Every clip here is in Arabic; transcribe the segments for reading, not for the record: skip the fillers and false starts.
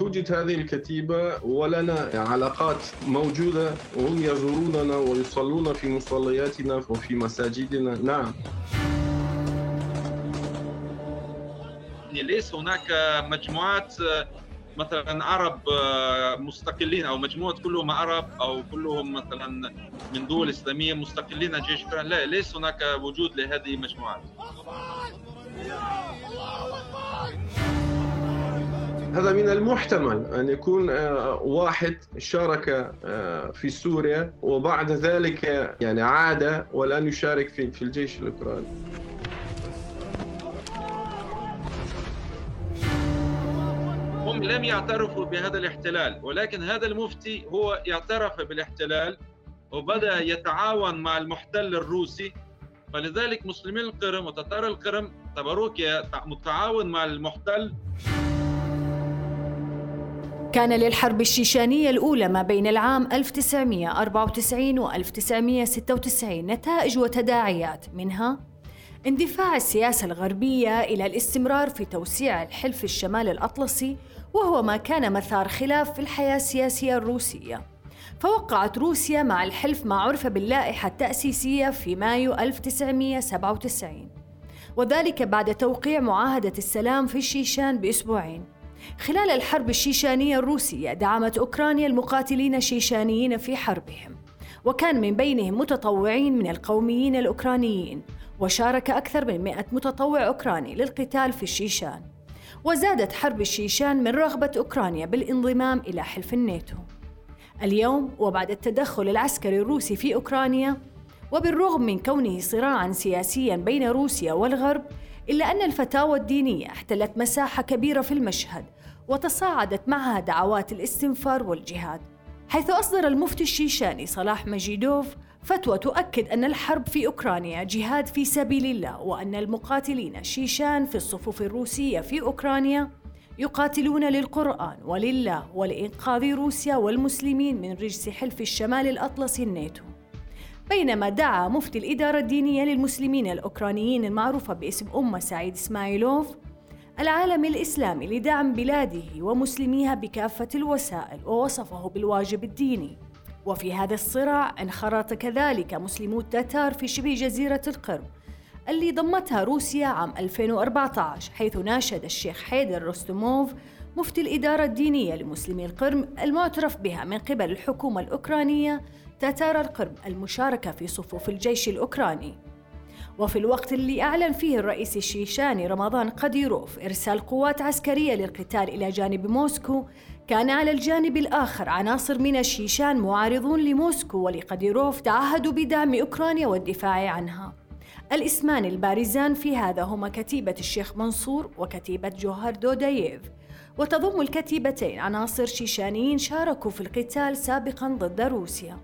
توجد هذه الكتيبة ولنا علاقات موجودة، وهم يزوروننا ويصلون في مصلياتنا وفي مساجدنا. نعم. ليس هناك مجموعات مثلا عرب مستقلين او مجموعه كلهم عرب او كلهم مثلا من دول اسلاميه مستقلين عن جيش اوكرانيا. لا، ليس هناك وجود لهذه المجموعات. هذا من المحتمل أن يكون واحد شارك في سوريا وبعد ذلك يعني عاد والآن يشارك في الجيش الأوكراني. هم لم يعترفوا بهذا الاحتلال، ولكن هذا المفتي هو اعترف بالاحتلال وبدأ يتعاون مع المحتل الروسي. فلذلك مسلمين القرم وتتار القرم اعتبروه متعاون مع المحتل. كان للحرب الشيشانية الأولى ما بين العام 1994 و 1996 نتائج وتداعيات، منها اندفاع السياسة الغربية إلى الاستمرار في توسيع الحلف الشمال الأطلسي، وهو ما كان مثار خلاف في الحياة السياسية الروسية. فوقعت روسيا مع الحلف ما عرف باللائحة التأسيسية في مايو 1997، وذلك بعد توقيع معاهدة السلام في الشيشان بأسبوعين. خلال الحرب الشيشانية الروسية دعمت أوكرانيا المقاتلين الشيشانيين في حربهم، وكان من بينهم متطوعين من القوميين الأوكرانيين، وشارك أكثر من 100 متطوع أوكراني للقتال في الشيشان. وزادت حرب الشيشان من رغبة أوكرانيا بالانضمام إلى حلف الناتو. اليوم وبعد التدخل العسكري الروسي في أوكرانيا، وبالرغم من كونه صراعاً سياسياً بين روسيا والغرب، إلا أن الفتاوى الدينية احتلت مساحة كبيرة في المشهد، وتصاعدت معها دعوات الاستنفار والجهاد، حيث أصدر المفتي الشيشاني صلاح مجيدوف فتوى تؤكد أن الحرب في أوكرانيا جهاد في سبيل الله، وأن المقاتلين الشيشان في الصفوف الروسية في أوكرانيا يقاتلون للقرآن ولله ولإنقاذ روسيا والمسلمين من رجس حلف الشمال الأطلسي الناتو. بينما دعا مفتي الإدارة الدينية للمسلمين الأوكرانيين المعروفة باسم أمة سعيد إسماعيلوف العالم الإسلامي لدعم بلاده ومسلميها بكافة الوسائل، ووصفه بالواجب الديني. وفي هذا الصراع انخرط كذلك مسلمو التتار في شبه جزيرة القرم اللي ضمتها روسيا عام 2014، حيث ناشد الشيخ حيدر رستموف مفتي الإدارة الدينية لمسلمي القرم المعترف بها من قبل الحكومة الأوكرانية تتار القرم المشاركة في صفوف الجيش الأوكراني. وفي الوقت اللي أعلن فيه الرئيس الشيشاني رمضان قديروف إرسال قوات عسكرية للقتال إلى جانب موسكو، كان على الجانب الآخر عناصر من الشيشان معارضون لموسكو ولقديروف تعهدوا بدعم أوكرانيا والدفاع عنها. الاسمان البارزان في هذا هما كتيبة الشيخ منصور وكتيبة جوهر دوداييف، وتضم الكتيبتين عناصر شيشانيين شاركوا في القتال سابقاً ضد روسيا.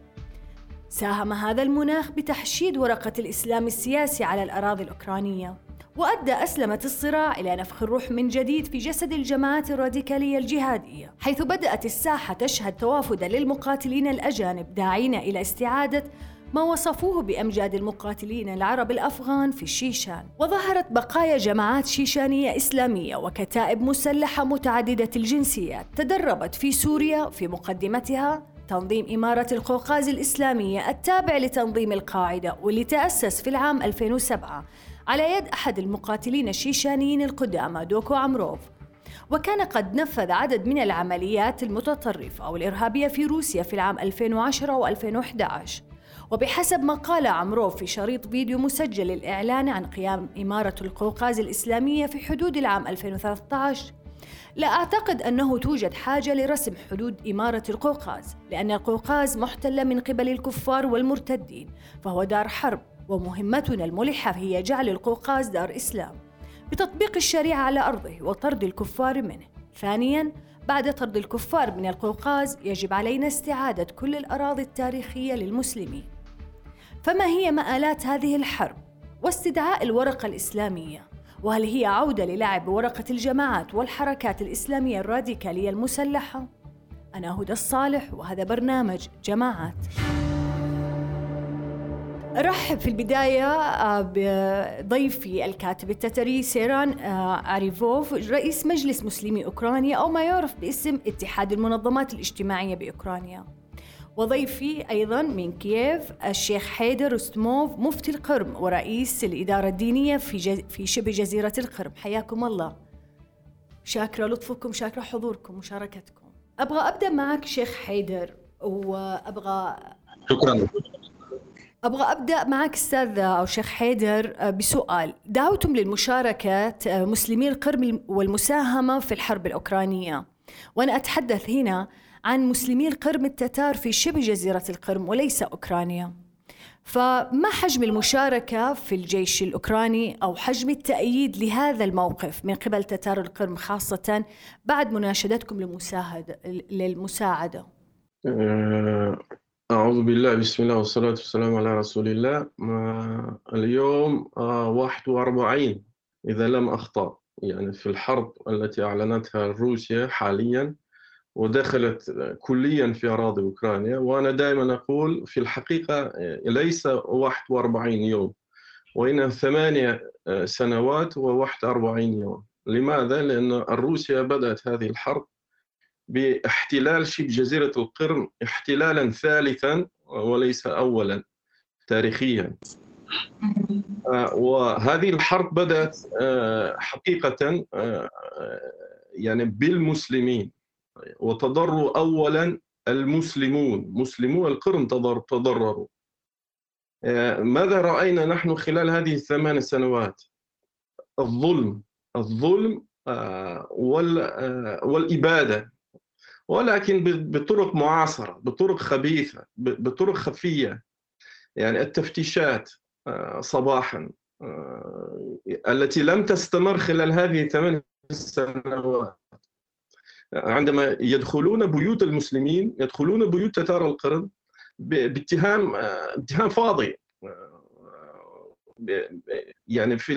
ساهم هذا المناخ بتحشيد ورقة الإسلام السياسي على الأراضي الأوكرانية، وأدى أسلمة الصراع إلى نفخ الروح من جديد في جسد الجماعات الراديكالية الجهادية، حيث بدأت الساحة تشهد توافداً للمقاتلين الأجانب داعين إلى استعادة ما وصفوه بأمجاد المقاتلين العرب الأفغان في الشيشان. وظهرت بقايا جماعات شيشانية إسلامية وكتائب مسلحة متعددة الجنسيات تدربت في سوريا، في مقدمتها تنظيم إمارة القوقاز الإسلامية التابع لتنظيم القاعدة، واللي تأسس في العام 2007 على يد أحد المقاتلين الشيشانيين القدامى دوكو عمروف، وكان قد نفذ عدد من العمليات المتطرفة أو الإرهابية في روسيا في العام 2010 و2011. وبحسب ما قال عمروف في شريط فيديو مسجل للإعلان عن قيام إمارة القوقاز الإسلامية في حدود العام 2013: لا أعتقد أنه توجد حاجة لرسم حدود إمارة القوقاز، لأن القوقاز محتل من قبل الكفار والمرتدين، فهو دار حرب، ومهمتنا الملحة هي جعل القوقاز دار إسلام بتطبيق الشريعة على أرضه وطرد الكفار منه. ثانياً، بعد طرد الكفار من القوقاز يجب علينا استعادة كل الأراضي التاريخية للمسلمين. فما هي مآلات هذه الحرب واستدعاء الورقة الإسلامية؟ وهل هي عودة للعب ورقة الجماعات والحركات الإسلامية الراديكالية المسلحة؟ أنا هدى الصالح، وهذا برنامج جماعات. أرحب في البداية بضيفي الكاتب التتري سيران عريفوف، رئيس مجلس مسلمي أوكرانيا أو ما يعرف باسم اتحاد المنظمات الاجتماعية بأوكرانيا، وضيفي أيضاً من كييف الشيخ حيدر رستموف مفتي القرم ورئيس الإدارة الدينية في شبه جزيرة القرم. حياكم الله، شاكرة لطفكم، شاكرة حضوركم ومشاركتكم. أبغى أبدأ معك شيخ حيدر، شكراً. أبغى أبدأ معك أستاذ أو شيخ حيدر بسؤال. دعوتم للمشاركة مسلمي القرم والمساهمة في الحرب الأوكرانية، وأنا أتحدث هنا عن مسلمي القرم التتار في شبه جزيرة القرم وليس أوكرانيا. فما حجم المشاركة في الجيش الأوكراني أو حجم التأييد لهذا الموقف من قبل تتار القرم، خاصة بعد مناشدتكم للمساعدة؟ أعوذ بالله، بسم الله والصلاة والسلام على رسول الله. اليوم 41 إذا لم أخطأ، يعني في الحرب التي أعلنتها روسيا حاليا ودخلت كليا في أراضي أوكرانيا. وأنا دائما أقول في الحقيقة ليس 41 يوم، وإنها 8 سنوات و41 يوم. لماذا؟ لأن روسيا بدأت هذه الحرب باحتلال شبه جزيرة القرم احتلالا ثالثا وليس أولا تاريخيا. وهذه الحرب بدأت حقيقة يعني بالمسلمين، وتضروا أولا المسلمون، مسلمو القرم تضرروا. ماذا رأينا نحن خلال هذه 8 سنوات؟ الظلم والإبادة، ولكن بطرق معاصرة، بطرق خبيثة، بطرق خفية. يعني التفتيشات صباحا التي لم تستمر خلال هذه 8 سنوات، عندما يدخلون بيوت المسلمين، يدخلون بيوت تتار القرم باتهام فاضي، يعني في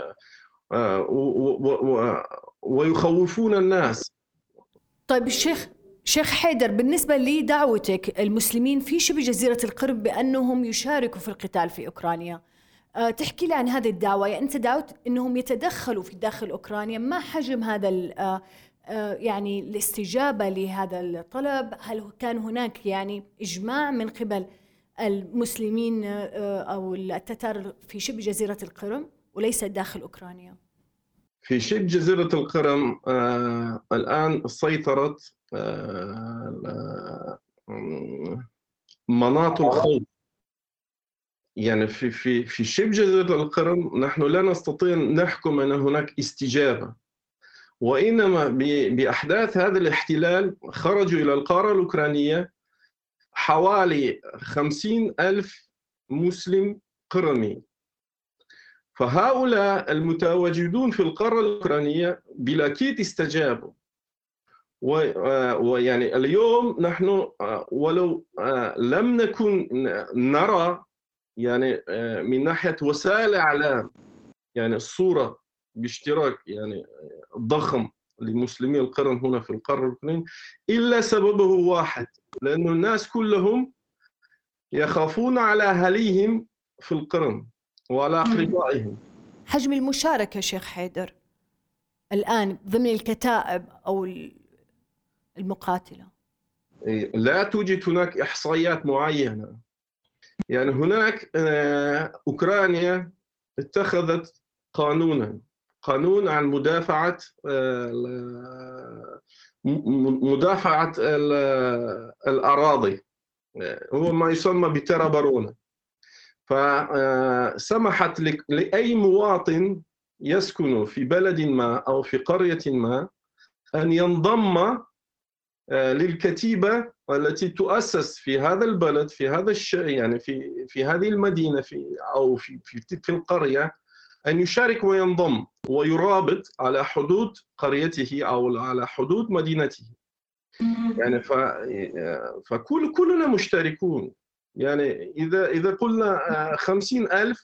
ويخوفون الناس. طيب شيخ حيدر، بالنسبة لدعوتك المسلمين في شبه جزيرة القرم بأنهم يشاركوا في القتال في أوكرانيا، تحكي لي عن هذه الدعوة. يعني أنت دعوت أنهم يتدخلوا في داخل أوكرانيا، ما حجم هذا يعني الاستجابة لهذا الطلب؟ هل كان هناك يعني إجماع من قبل المسلمين أو التتار في شبه جزيرة القرم وليس داخل أوكرانيا؟ في شبه جزيرة القرم الآن سيطرت مناطق الخوف. يعني في شبه جزيرة القرم نحن لا نستطيع أن نحكم أن هناك استجابة، وإنما بأحداث هذا الاحتلال خرجوا إلى القارة الأوكرانية حوالي 50,000 مسلم قرمي. فهؤلاء المتواجدون في القارة الأوكرانية بالأكيد استجابوا. ويعني اليوم نحن ولو لم نكن نرى يعني من ناحية وسائل الإعلام يعني الصورة باشتراك يعني ضخم لمسلمي القرم هنا في القارة الأوكرانية، إلا سببه واحد، لأن الناس كلهم يخافون على أهليهم في القرم وعلى أقربائهم. حجم المشاركة شيخ حيدر الآن ضمن الكتائب أو المقاتلة؟ لا توجد هناك إحصائيات معينة. يعني هناك أوكرانيا اتخذت قانون عن مدافعة الأراضي، هو ما يسمى بترابرونا. فسمحت لأي مواطن يسكن في بلد ما أو في قرية ما أن ينضم للكتيبة التي تؤسس في هذا البلد، في هذا يعني في هذه المدينة أو في القرية، أن يشارك وينضم ويرابط على حدود قريته أو على حدود مدينته. يعني فكلنا مشتركون. يعني إذا قلنا 50,000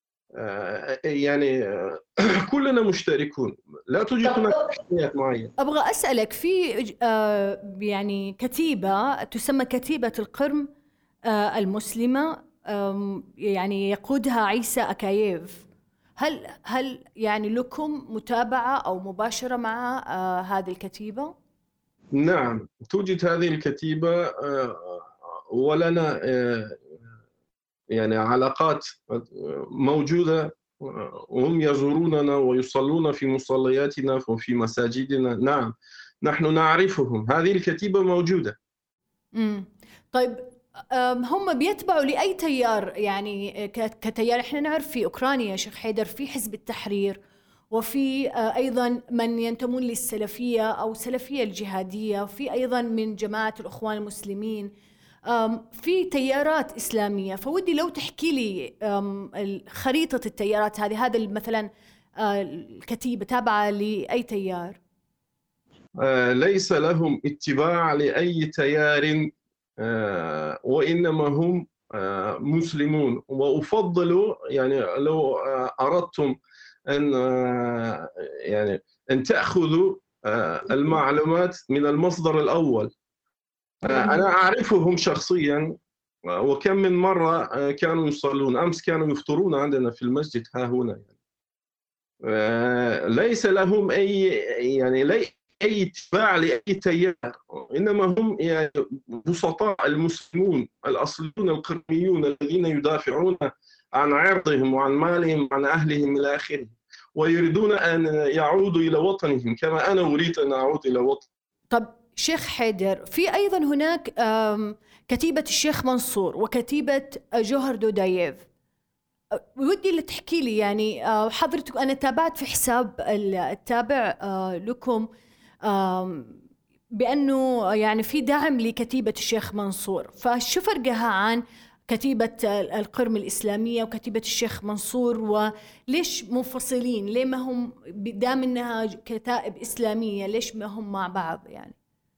يعني كلنا مشتركون، لا توجد هناك إحصائيات معينة. أبغى أسألك في يعني كتيبة تسمى كتيبة القرم المسلمة، يعني يقودها عيسى أكاييف. هل يعني لكم متابعة أو مباشرة مع هذه الكتيبة؟ نعم، توجد هذه الكتيبة، ولنا يعني علاقات موجودة، وهم يزوروننا ويصلون في مصلياتنا وفي مساجدنا. نعم، نحن نعرفهم، هذه الكتيبة موجودة. طيب، هم بيتبعوا لأي تيار؟ يعني كتيار احنا نعرف في أوكرانيا شيخ حيدر في حزب التحرير، وفي أيضا من ينتمون للسلفية أو السلفية الجهادية، وفي أيضا من جماعة الأخوان المسلمين، في تيارات إسلامية. فودي لو تحكي لي خريطة التيارات هذه. هذا مثلا الكتيبة تابعة لأي تيار؟ ليس لهم اتباع لأي تيار، وإنما هم مسلمون. وأفضل يعني لو أردتم أن يعني أن تأخذوا المعلومات من المصدر الأول. أنا أعرفهم شخصيا، وكم من مرة كانوا يصلون. أمس كانوا يفطرون عندنا في المسجد ها هنا. ليس لهم أي اتباع لأي تيار، إنما هم يعني بسطاء المسلمون الأصليون القرميون الذين يدافعون عن عرضهم وعن مالهم وعن أهلهم إلى آخره، ويريدون أن يعودوا إلى وطنهم كما أنا أريد أن أعود إلى وطني. طب شيخ حيدر، في أيضا هناك كتيبة الشيخ منصور وكتيبة جوهر دودايف. ودي اللي تحكي لي يعني حضرتك، أنا تابعت في حساب التابع لكم بأنه يعني في دعم لكتيبة الشيخ منصور، فشو فرقها عن كتيبة القرم الإسلامية وكتيبة الشيخ منصور؟ وليش منفصلين؟ ليه ما هم دام إنها كتائب إسلامية ليش ما هم مع بعض يعني؟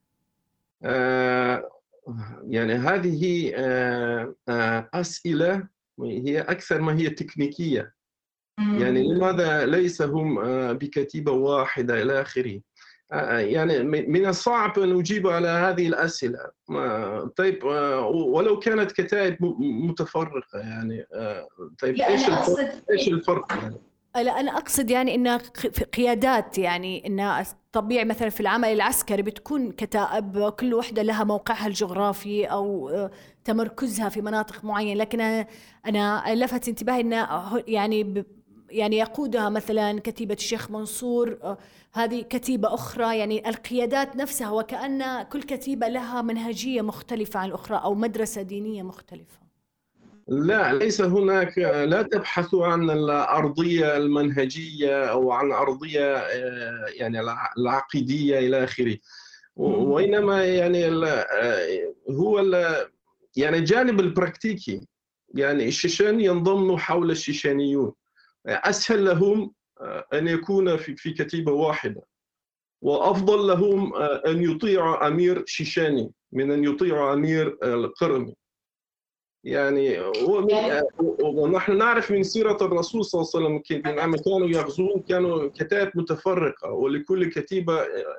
يعني هذه أسئلة هي أكثر ما هي تكنيكية. يعني لماذا ليس هم بكتيبة واحدة إلى آخره؟ يعني من الصعب أن نجيب على هذه الأسئلة. طيب، ولو كانت كتائب متفرقة يعني، طيب إيش الفرق يعني؟ لا، أنا أقصد يعني إن في قيادات، يعني إن طبيعي مثلا في العمل العسكري بتكون كتائب كل واحدة لها موقعها الجغرافي أو تمركزها في مناطق معينة، لكن أنا لفت انتباهي إن يعني يقودها مثلا كتيبة الشيخ منصور، هذه كتيبة أخرى، يعني القيادات نفسها وكأن كل كتيبة لها منهجية مختلفة عن الأخرى أو مدرسة دينية مختلفة. لا، ليس هناك، لا تبحثوا عن الأرضية المنهجية أو عن أرضية يعني العقيدية إلى آخره، وإنما يعني هو يعني الجانب البراكتيكي. يعني الشيشان ينضموا حول الشيشانيون، أسهل لهم أن يكون في كتيبة واحدة، وأفضل لهم أن يطيعوا أمير شيشاني من أن يطيعوا أمير القرمي. يعني ونحن نعرف من سيرة الرسول صلى الله عليه وسلم عندما كانوا يغزون كانوا كتائب متفرقة، ولكل كتيبة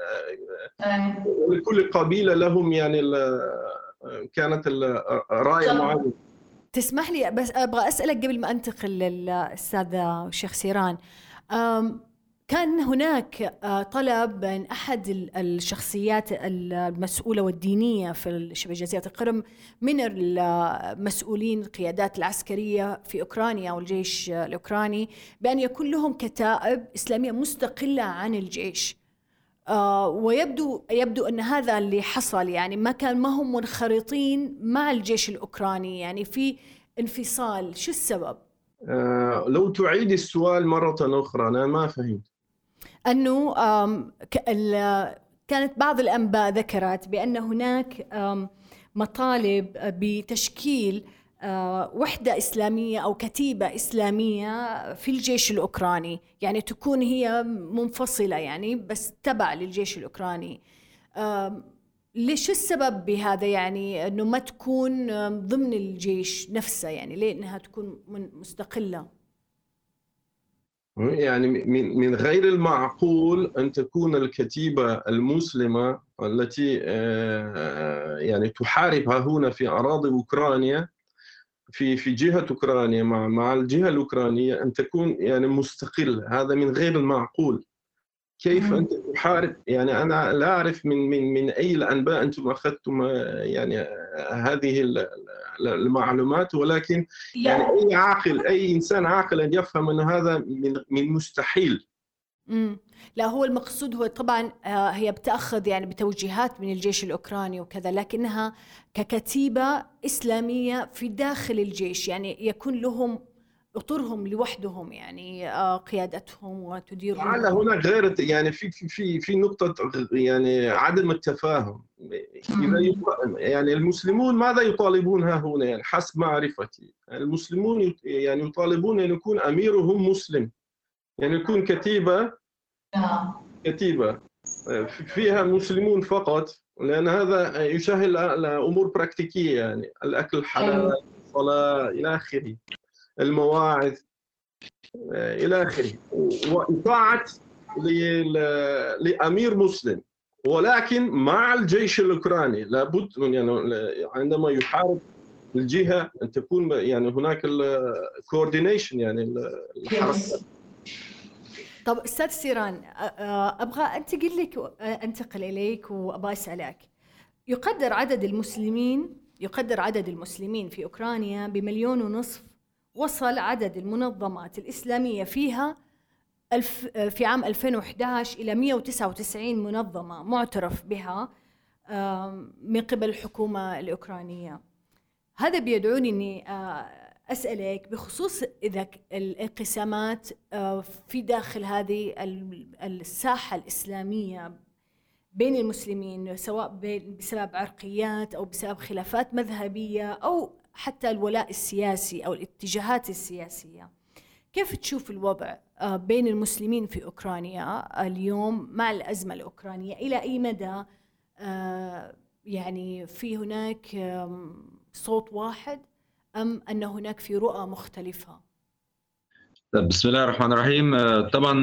ولكل قبيلة لهم يعني كانت الراية معينة. تسمح لي بس أبغى أسألك قبل ما أنتقل للأستاذ الشيخ سيران، كان هناك طلب من أحد الشخصيات المسؤولة والدينية في شبه جزيرة القرم من المسؤولين القيادات العسكرية في أوكرانيا والجيش الأوكراني بأن يكون لهم كتائب إسلامية مستقلة عن الجيش، ويبدو أن هذا اللي حصل، يعني ما هم منخرطين مع الجيش الأوكراني، يعني في انفصال. شو السبب؟ لو تعيد السؤال مرة أخرى، أنا ما فهمت. أنه كانت بعض الأنباء ذكرت بأن هناك مطالب بتشكيل وحدة إسلامية أو كتيبة إسلامية في الجيش الأوكراني، يعني تكون هي منفصلة يعني بس تبع للجيش الأوكراني. ليش السبب بهذا؟ يعني أنه ما تكون ضمن الجيش نفسه، يعني ليه أنها تكون مستقلة؟ يعني من غير المعقول أن تكون الكتيبة المسلمة التي يعني تحارب هنا في أراضي أوكرانيا في جهة أوكرانيا مع الجهة الأوكرانية أن تكون يعني مستقلة. هذا من غير المعقول. كيف أنت تحارب؟ يعني أنا لا أعرف من أي الأنباء أنتم أخذتم يعني هذه المعلومات، ولكن يعني أي عاقل، أي إنسان عاقل أن يفهم أن هذا من مستحيل. لا، هو المقصود هو طبعا هي بتأخذ يعني بتوجيهات من الجيش الأوكراني وكذا، لكنها ككتيبة إسلامية في داخل الجيش، يعني يكون لهم أطرهم لوحدهم، يعني قيادتهم وتديرهم. على هنا غير يعني في نقطة يعني عدم التفاهم. إذا يعني المسلمون ماذا يطالبون ها هنا؟ يعني حسب معرفتي المسلمون يعني يطالبون أن يكون أميرهم مسلم، يعني يكون كتيبة فيها مسلمون فقط، لأن هذا يسهل الأمور براكتيكية، يعني الأكل حلال، الصلاة إلى آخره، المواعظ إلى آخره، وإطاعة لأمير مسلم. ولكن مع الجيش الأوكراني لابد يعني عندما يحارب الجهة أن تكون يعني هناك الكوردينيشن، يعني الحركة. طب أستاذ سيران، أبغى أنتقل إليك وأبغى أسألك. يقدر عدد المسلمين في أوكرانيا ب1.5 مليون. وصل عدد المنظمات الإسلامية فيها في عام 2011 إلى 199 منظمة معترف بها من قبل الحكومة الأوكرانية. هذا بيدعوني أني أسألك بخصوص إذا الانقسامات في داخل هذه الساحة الإسلامية بين المسلمين، سواء بسبب عرقيات أو بسبب خلافات مذهبية أو حتى الولاء السياسي أو الاتجاهات السياسية، كيف تشوف الوضع بين المسلمين في أوكرانيا اليوم مع الأزمة الأوكرانية؟ إلى أي مدى يعني في هناك صوت واحد أم أن هناك في رؤى مختلفة؟ بسم الله الرحمن الرحيم. طبعا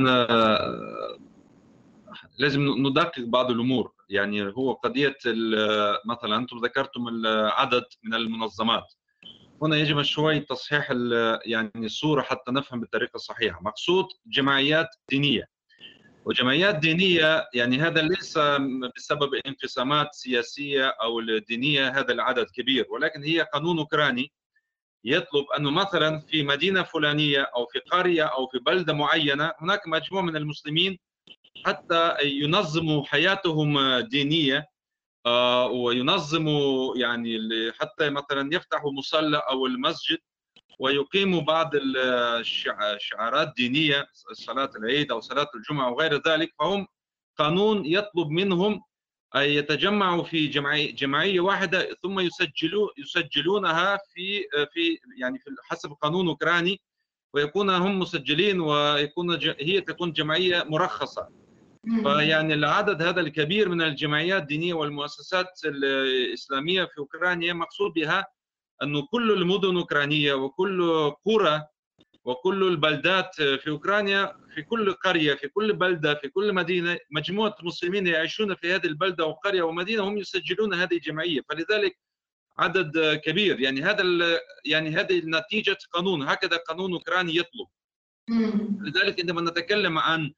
لازم ندقق بعض الأمور. يعني هو قضية مثلا أنتم ذكرتم العدد من المنظمات، هنا يجب شوي تصحيح يعني الصورة حتى نفهم بالطريقة الصحيحة. مقصود جمعيات دينية، وجمعيات دينية يعني هذا ليس بسبب انقسامات سياسية أو دينية هذا العدد كبير، ولكن هي قانون أوكراني يطلب أنه مثلا في مدينة فلانية أو في قرية أو في بلدة معينة هناك مجموعة من المسلمين حتى ينظموا حياتهم دينية، وينظموا يعني حتى مثلا يفتحوا مصلى أو المسجد ويقيموا بعض الشعارات دينية، صلاة العيد أو صلاة الجمعة وغير ذلك. فهم قانون يطلب منهم أن يتجمعوا في جمعية واحدة ثم يسجلونها في يعني في حسب قانون أوكراني، ويكون هم مسجلين هي تكون جمعية مرخصة. فيعني العدد هذا الكبير من الجمعيات الدينية والمؤسسات الإسلامية في أوكرانيا مقصود بها أنه كل المدن الأوكرانية وكل قرى وكل البلدات في أوكرانيا، في كل قرية في كل بلدة في كل مدينة مجموعة مسلمين يعيشون في هذه البلدة وقرية ومدينة هم يسجلون هذه الجمعية. فلذلك عدد كبير. يعني هذه نتيجة قانون، هكذا قانون أوكراني يطلب. لذلك عندما نتكلم عن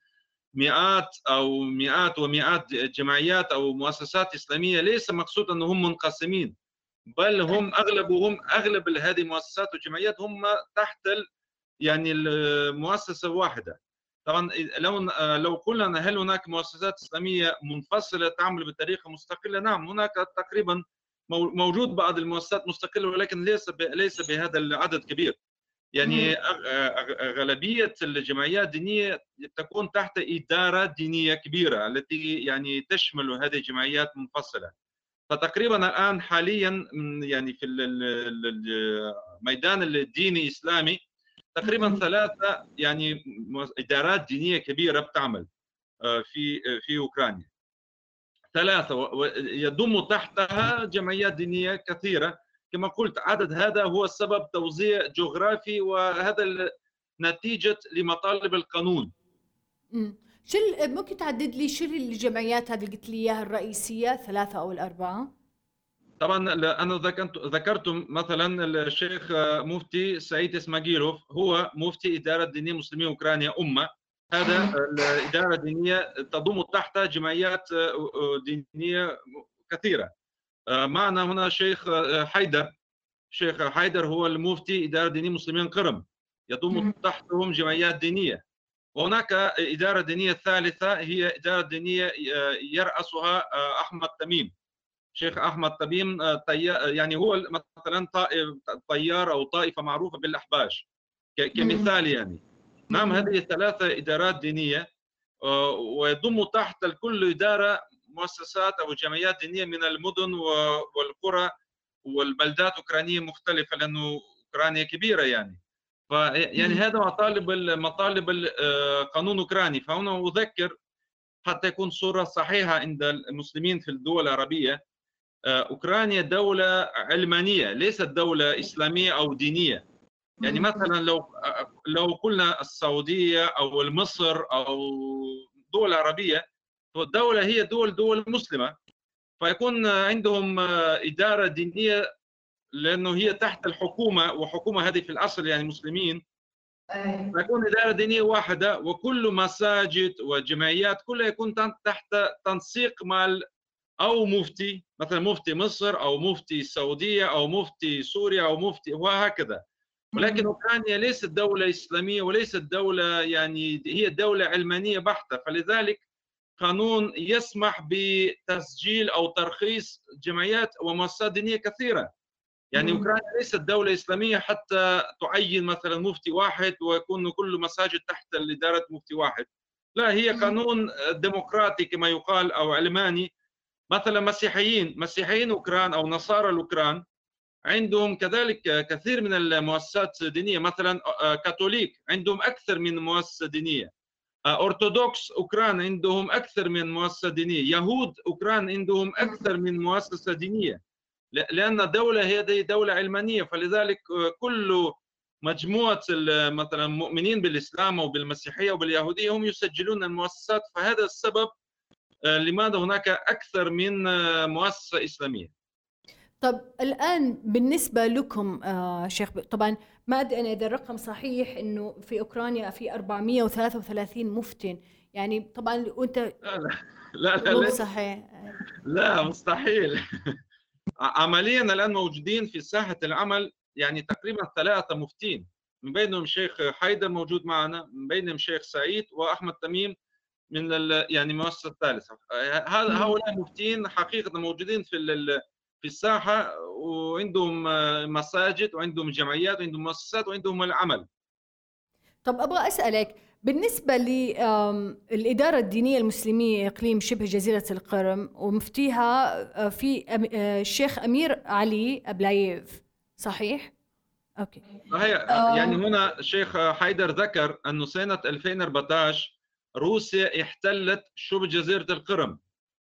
مئات ومئات جمعيات أو مؤسسات إسلامية ليس مقصود أنهم منقسمين، بل هم أغلب هذه المؤسسات والجمعيات هم تحت يعني المؤسسة واحدة. طبعا لو قلنا هل هناك مؤسسات إسلامية منفصلة تعمل بطريقة مستقلة؟ نعم، هناك تقريبا موجود بعض المؤسسات مستقلة، ولكن ليس بهذا العدد كبير. يعني غالبية الجمعيات الدينية تكون تحت إدارة دينية كبيرة التي يعني تشمل هذه الجمعيات منفصلة. فتقريبا الآن حاليا يعني في الميدان الديني الإسلامي تقريبا 3 يعني إدارات دينية كبيرة بتعمل في أوكرانيا، 3 يضم تحتها جمعيات دينية كثيرة. كما قلت عدد هذا هو السبب توزيع جغرافي، وهذا نتيجة لمطالب القانون. ممكن تعدد لي شو الجمعيات هذه اللي قلت لي اياها الرئيسية 3 أو 4؟ طبعا أنا ذكرت مثلا الشيخ مفتي سعيد إسماعيلوف، هو مفتي إدارة دينية مسلمي أوكرانيا أمة. هذا الإدارة الدينية تضم تحت جمعيات دينية كثيرة. معنا هنا الشيخ حيدر. الشيخ حيدر هو المفتي إدارة دينية مسلمين قرم، يضم تحتهم جمعيات دينية. وهناك إدارة دينية ثالثة هي إدارة دينية يرأسها أحمد تميم. شيخ أحمد تميم يعني هو مثلا طيار أو طائفة معروفة بالأحباش كمثال يعني. نعم، هذه ثلاثة إدارات دينية، ويضم تحت كل إدارة مؤسسات أو جمعيات دينية من المدن والقرى والبلدات أوكرانية مختلفة، لأنه أوكرانيا كبيرة يعني. يعني هذا مطالب القانون الأوكراني. فهنا أذكر حتى يكون صورة صحيحة عند المسلمين في الدول العربية، أوكرانيا دولة علمانية، ليست دولة إسلامية أو دينية. يعني مثلا لو قلنا السعودية أو مصر أو دول عربية، فالدولة هي دول مسلمة، فيكون عندهم إدارة دينية لأنه هي تحت الحكومة، وحكومة هذه في الأصل يعني مسلمين، فيكون إدارة دينية واحدة، وكل مساجد وجمعيات كلها يكون تحت تنسيق مع أو مفتي، مثلا مفتي مصر أو مفتي السعودية أو مفتي سوريا أو مفتي، وهكذا. ولكن أوكرانيا ليست دولة إسلامية وليست دولة، يعني هي دولة علمانية بحتة، فلذلك قانون يسمح بتسجيل أو ترخيص جمعيات ومؤسسات دينية كثيرة. يعني أوكرانيا ليست دولة إسلامية حتى تعين مثلا مفتي واحد ويكون كل مساجد تحت إدارة مفتي واحد. لا، هي قانون ديمقراطي كما يقال أو علماني. مثلا مسيحيين أوكران أو نصارى الأوكران عندهم كذلك كثير من المؤسسات الدينية. مثلا كاثوليك عندهم أكثر من مؤسسة دينية، أرثوذكس أوكران عندهم أكثر من مؤسسة دينية، يهود أوكران عندهم أكثر من مؤسسة دينية، لأن الدولة هي دولة علمانية. فلذلك كل مجموعة مثلا مؤمنين بالإسلام أو بالمسيحية أو باليهودية هم يسجلون المؤسسات. فهذا السبب لماذا هناك أكثر من مؤسسة إسلامية. طب الآن بالنسبة لكم شيخ، طبعا ما أدري أنا إذا الرقم صحيح إنه في أوكرانيا في 433 مفتن، يعني طبعا وأنت لا مو صحيح. لا مستحيل. عمليا الآن موجودين في ساحة العمل يعني تقريبا 3 مفتين، من بينهم شيخ حيدر موجود معنا، من بينهم شيخ سعيد وأحمد تميم من يعني المؤسسة الثالثة. هؤلاء مفتين حقيقة موجودين في الساحة، وعندهم مساجد وعندهم جمعيات وعندهم مؤسسات وعندهم العمل. طب أبغى أسألك بالنسبة للإدارة الدينية المسلمية إقليم شبه جزيرة القرم، ومفتيها في الشيخ أمير علي أبلايف، صحيح؟ أوكي. يعني هنا الشيخ حيدر ذكر أنه سنة 2014 روسيا احتلت شبه جزيرة القرم،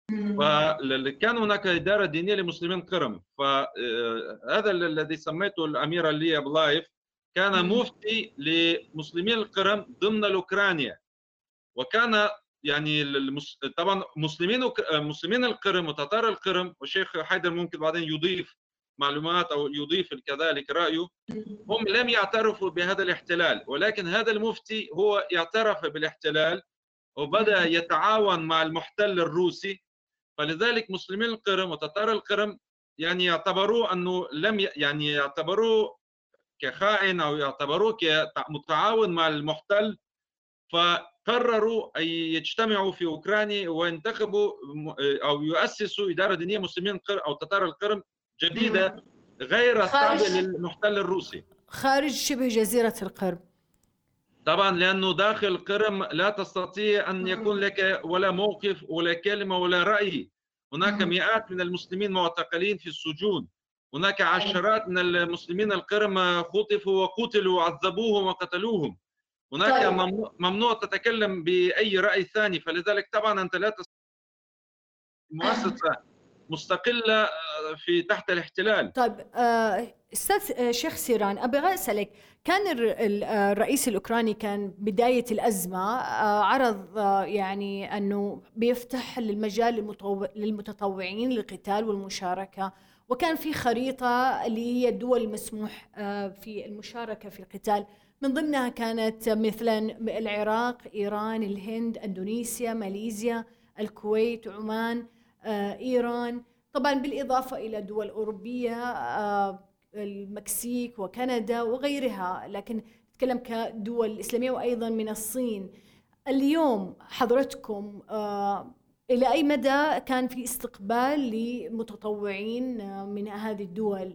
فكان هناك إدارة دينية لمسلمين قرم. فهذا الذي سميته الأمير علي أبلايف كان مفتي لمسلمين القرم ضمن أوكرانيا، وكان يعني طبعا مسلمين القرم وتتار القرم، والشيخ حيدر ممكن بعدين يضيف معلومات أو يضيف كذلك رأيه، هم لم يعترفوا بهذا الاحتلال، ولكن هذا المفتي هو اعترف بالاحتلال وبدأ يتعاون مع المحتل الروسي. فلذلك مسلمين القرم وتتار القرم يعني يعتبروه أنه يعني يعتبروه كخائن أو يعتبروه كمتعاون مع المحتل، فقرروا أن يجتمعوا في أوكرانيا وينتخبوا أو يؤسسوا إدارة دينية مسلمين أو تتار القرم جديدة غير تابعة للمحتل الروسي خارج شبه جزيرة القرم. طبعا لأنه داخل القرم لا تستطيع أن يكون لك ولا موقف ولا كلمة ولا رأي. هناك مئات من المسلمين معتقلين في السجون، هناك عشرات من المسلمين القرم خطفوا وقتلوا وعذبوهم وقتلوهم، هناك ممنوع تتكلم بأي رأي ثاني. فلذلك طبعا أنت لا تستطيع مؤسسة مستقلة في تحت الاحتلال. طيب أستاذ شيخ سيران، أبغى أسألك، كان الرئيس الأوكراني كان بداية الأزمة عرض يعني أنه بيفتح المجال للمتطوعين للقتال والمشاركة وكان في خريطة اللي هي الدول المسموح في المشاركة في القتال، من ضمنها كانت مثلا العراق، إيران، الهند، أندونيسيا، ماليزيا، الكويت، عمان، إيران، طبعا بالإضافة إلى دول أوروبية، المكسيك وكندا وغيرها، لكن نتكلم كدول إسلامية، وأيضا من الصين. اليوم حضرتكم إلى أي مدى كان في استقبال لمتطوعين من هذه الدول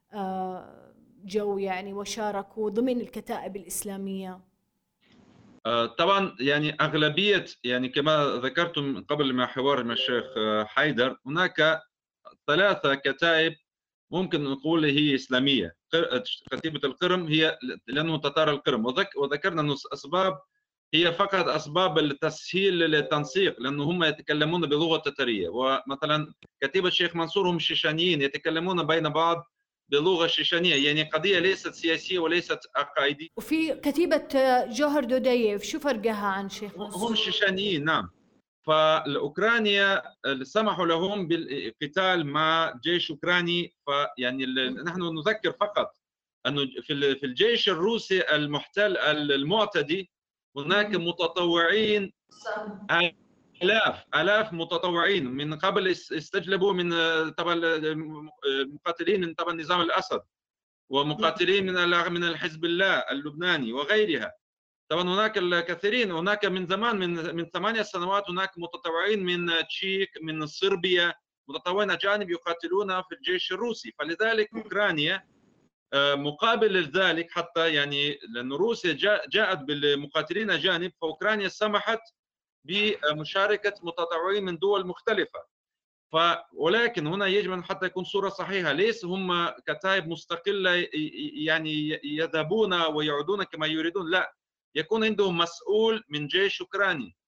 جو يعني وشاركوا ضمن الكتائب الإسلامية؟ طبعا يعني أغلبية، يعني كما ذكرتم قبل ما حوار مع الشيخ حيدر، هناك 3 كتائب ممكن نقول هي إسلامية. كتيبة القرم هي لأنه تتارى القرم، وذكرنا أن الأسباب هي فقط أسباب التسهيل للتنسيق، لأنه هم يتكلمون بلغة تتارية. ومثلا كتيبة الشيخ منصور هم شيشانيين يتكلمون بين بعض بلغة الشيشانية، يعني قضية ليست سياسية وليست عقائدية. وفي كتيبة جوهر دوديف شو فرقها عن شيخ منصور؟ هم شيشانيين، نعم. فاوكرانيا سمحوا لهم بالقتال مع جيش اوكراني. فيعني نحن نذكر فقط انه في الجيش الروسي المحتل المعتدي هناك متطوعين، آلاف متطوعين من قبل استجلبوا من طبعا مقاتلين من طبعا نظام الأسد، ومقاتلين من الحزب الله اللبناني وغيرها. طبعا هناك الكثيرين، هناك من زمان، من 8 سنوات هناك متطوعين من تشيك، من صربيا، متطوعين أجانب يقاتلون في الجيش الروسي. فلذلك أوكرانيا مقابل ذلك، حتى يعني لأن روسيا جاءت بالمقاتلين أجانب، فأوكرانيا سمحت بمشاركة متطوعين من دول مختلفة. ولكن هنا يجب أن حتى يكون صورة صحيحة، ليس هم كتائب مستقلة يعني يذهبون ويعودون كما يريدون، لا، يكون عندهم مسؤول من جيش أوكراني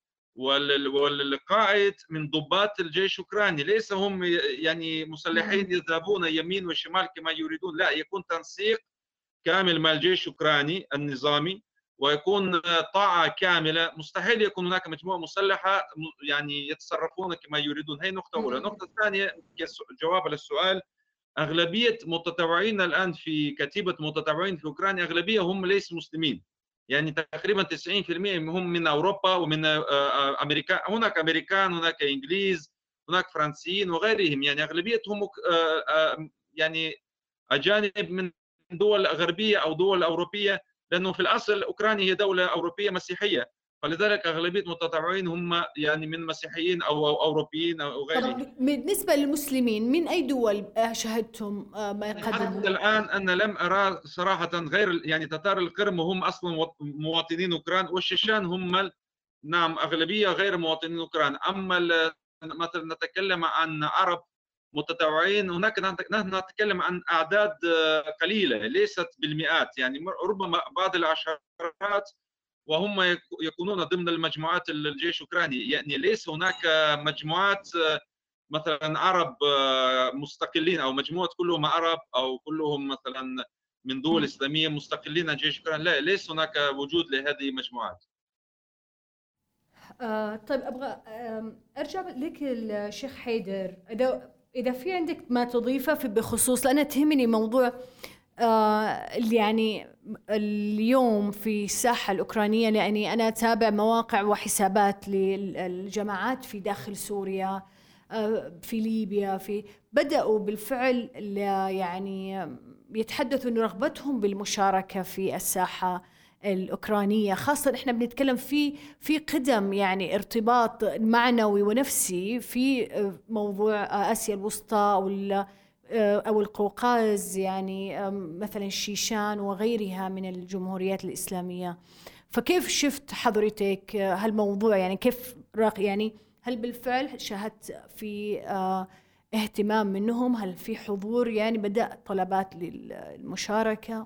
والقائد من ضباط الجيش الأوكراني، ليس هم يعني مسلحين يذهبون يمين وشمال كما يريدون، لا، يكون تنسيق كامل مع الجيش الأوكراني النظامي، ويكون طاعة كاملة. مستحيل يكون هناك مجموعة مسلحة يعني يتصرفون كما يريدون. هي نقطة أولى. النقطة الثانية جواب للسؤال، أغلبية متطوعين الآن في كتيبة متطوعين في أوكرانيا أغلبية هم ليسوا مسلمين، يعني تقريبا 90% هم من أوروبا ومن أمريكا. هناك أمريكان، هناك إنجليز، هناك فرنسيين وغيرهم، يعني أغلبيتهم يعني أجانب من دول غربية أو دول أوروبية، لأنه في الأصل أوكرانيا هي دولة أوروبية مسيحية، فلذلك أغلبية المتطوعين هم يعني من مسيحيين أو أوروبيين أو غيرهم. طب بالنسبة للمسلمين من أي دول شاهدتم ما يقدموا؟ حتى الآن أنا لم أرى صراحة غير يعني تتار القرم، وهم أصلا مواطنين أوكران، والشيشان هم نعم أغلبية غير مواطنين أوكران. أما مثلا نتكلم عن عرب متطوعين، هناك نحن نتكلم عن أعداد قليلة ليست بالمئات، يعني ربما بعض العشرات، وهم يكونون ضمن المجموعات الجيش الأوكراني. يعني ليس هناك مجموعات مثلا عرب مستقلين، أو مجموعة كلهم عرب أو كلهم مثلا من دول إسلامية مستقلين عن جيش أوكرانيا، لا، ليس هناك وجود لهذه المجموعات. طيب أبغى أرجع لك الشيخ حيدر، إذا في عندك ما تضيفه بخصوص، لأنا تهمني موضوع يعني اليوم في الساحة الأوكرانية، لأني أنا أتابع مواقع وحسابات للجماعات في داخل سوريا، في ليبيا، بدأوا بالفعل يعني يتحدثوا أن رغبتهم بالمشاركة في الساحة الأوكرانية، خاصة إحنا بنتكلم في قدم يعني ارتباط معنوي ونفسي في موضوع آسيا الوسطى أو القوقاز، يعني مثلا الشيشان وغيرها من الجمهوريات الإسلامية. فكيف شفت حضرتك هالموضوع؟ يعني كيف يعني هل بالفعل شاهدت في اهتمام منهم؟ هل في حضور؟ يعني بدأ طلبات للمشاركة؟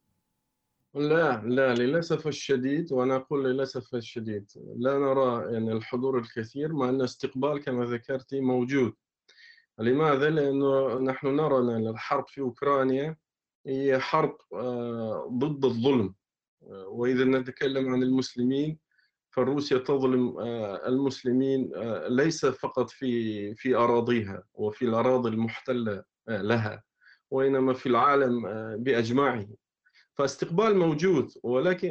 لا للأسف الشديد، وأنا أقول للأسف الشديد لا نرى يعني الحضور الكثير، مع أن الاستقبال كما ذكرتي موجود. لماذا؟ لأنه نحن نرى أن الحرب في أوكرانيا هي حرب ضد الظلم. وإذا نتكلم عن المسلمين فروسيا تظلم المسلمين ليس فقط في أراضيها وفي الأراضي المحتلة لها، وإنما في العالم بأجمعه. فاستقبال موجود، ولكن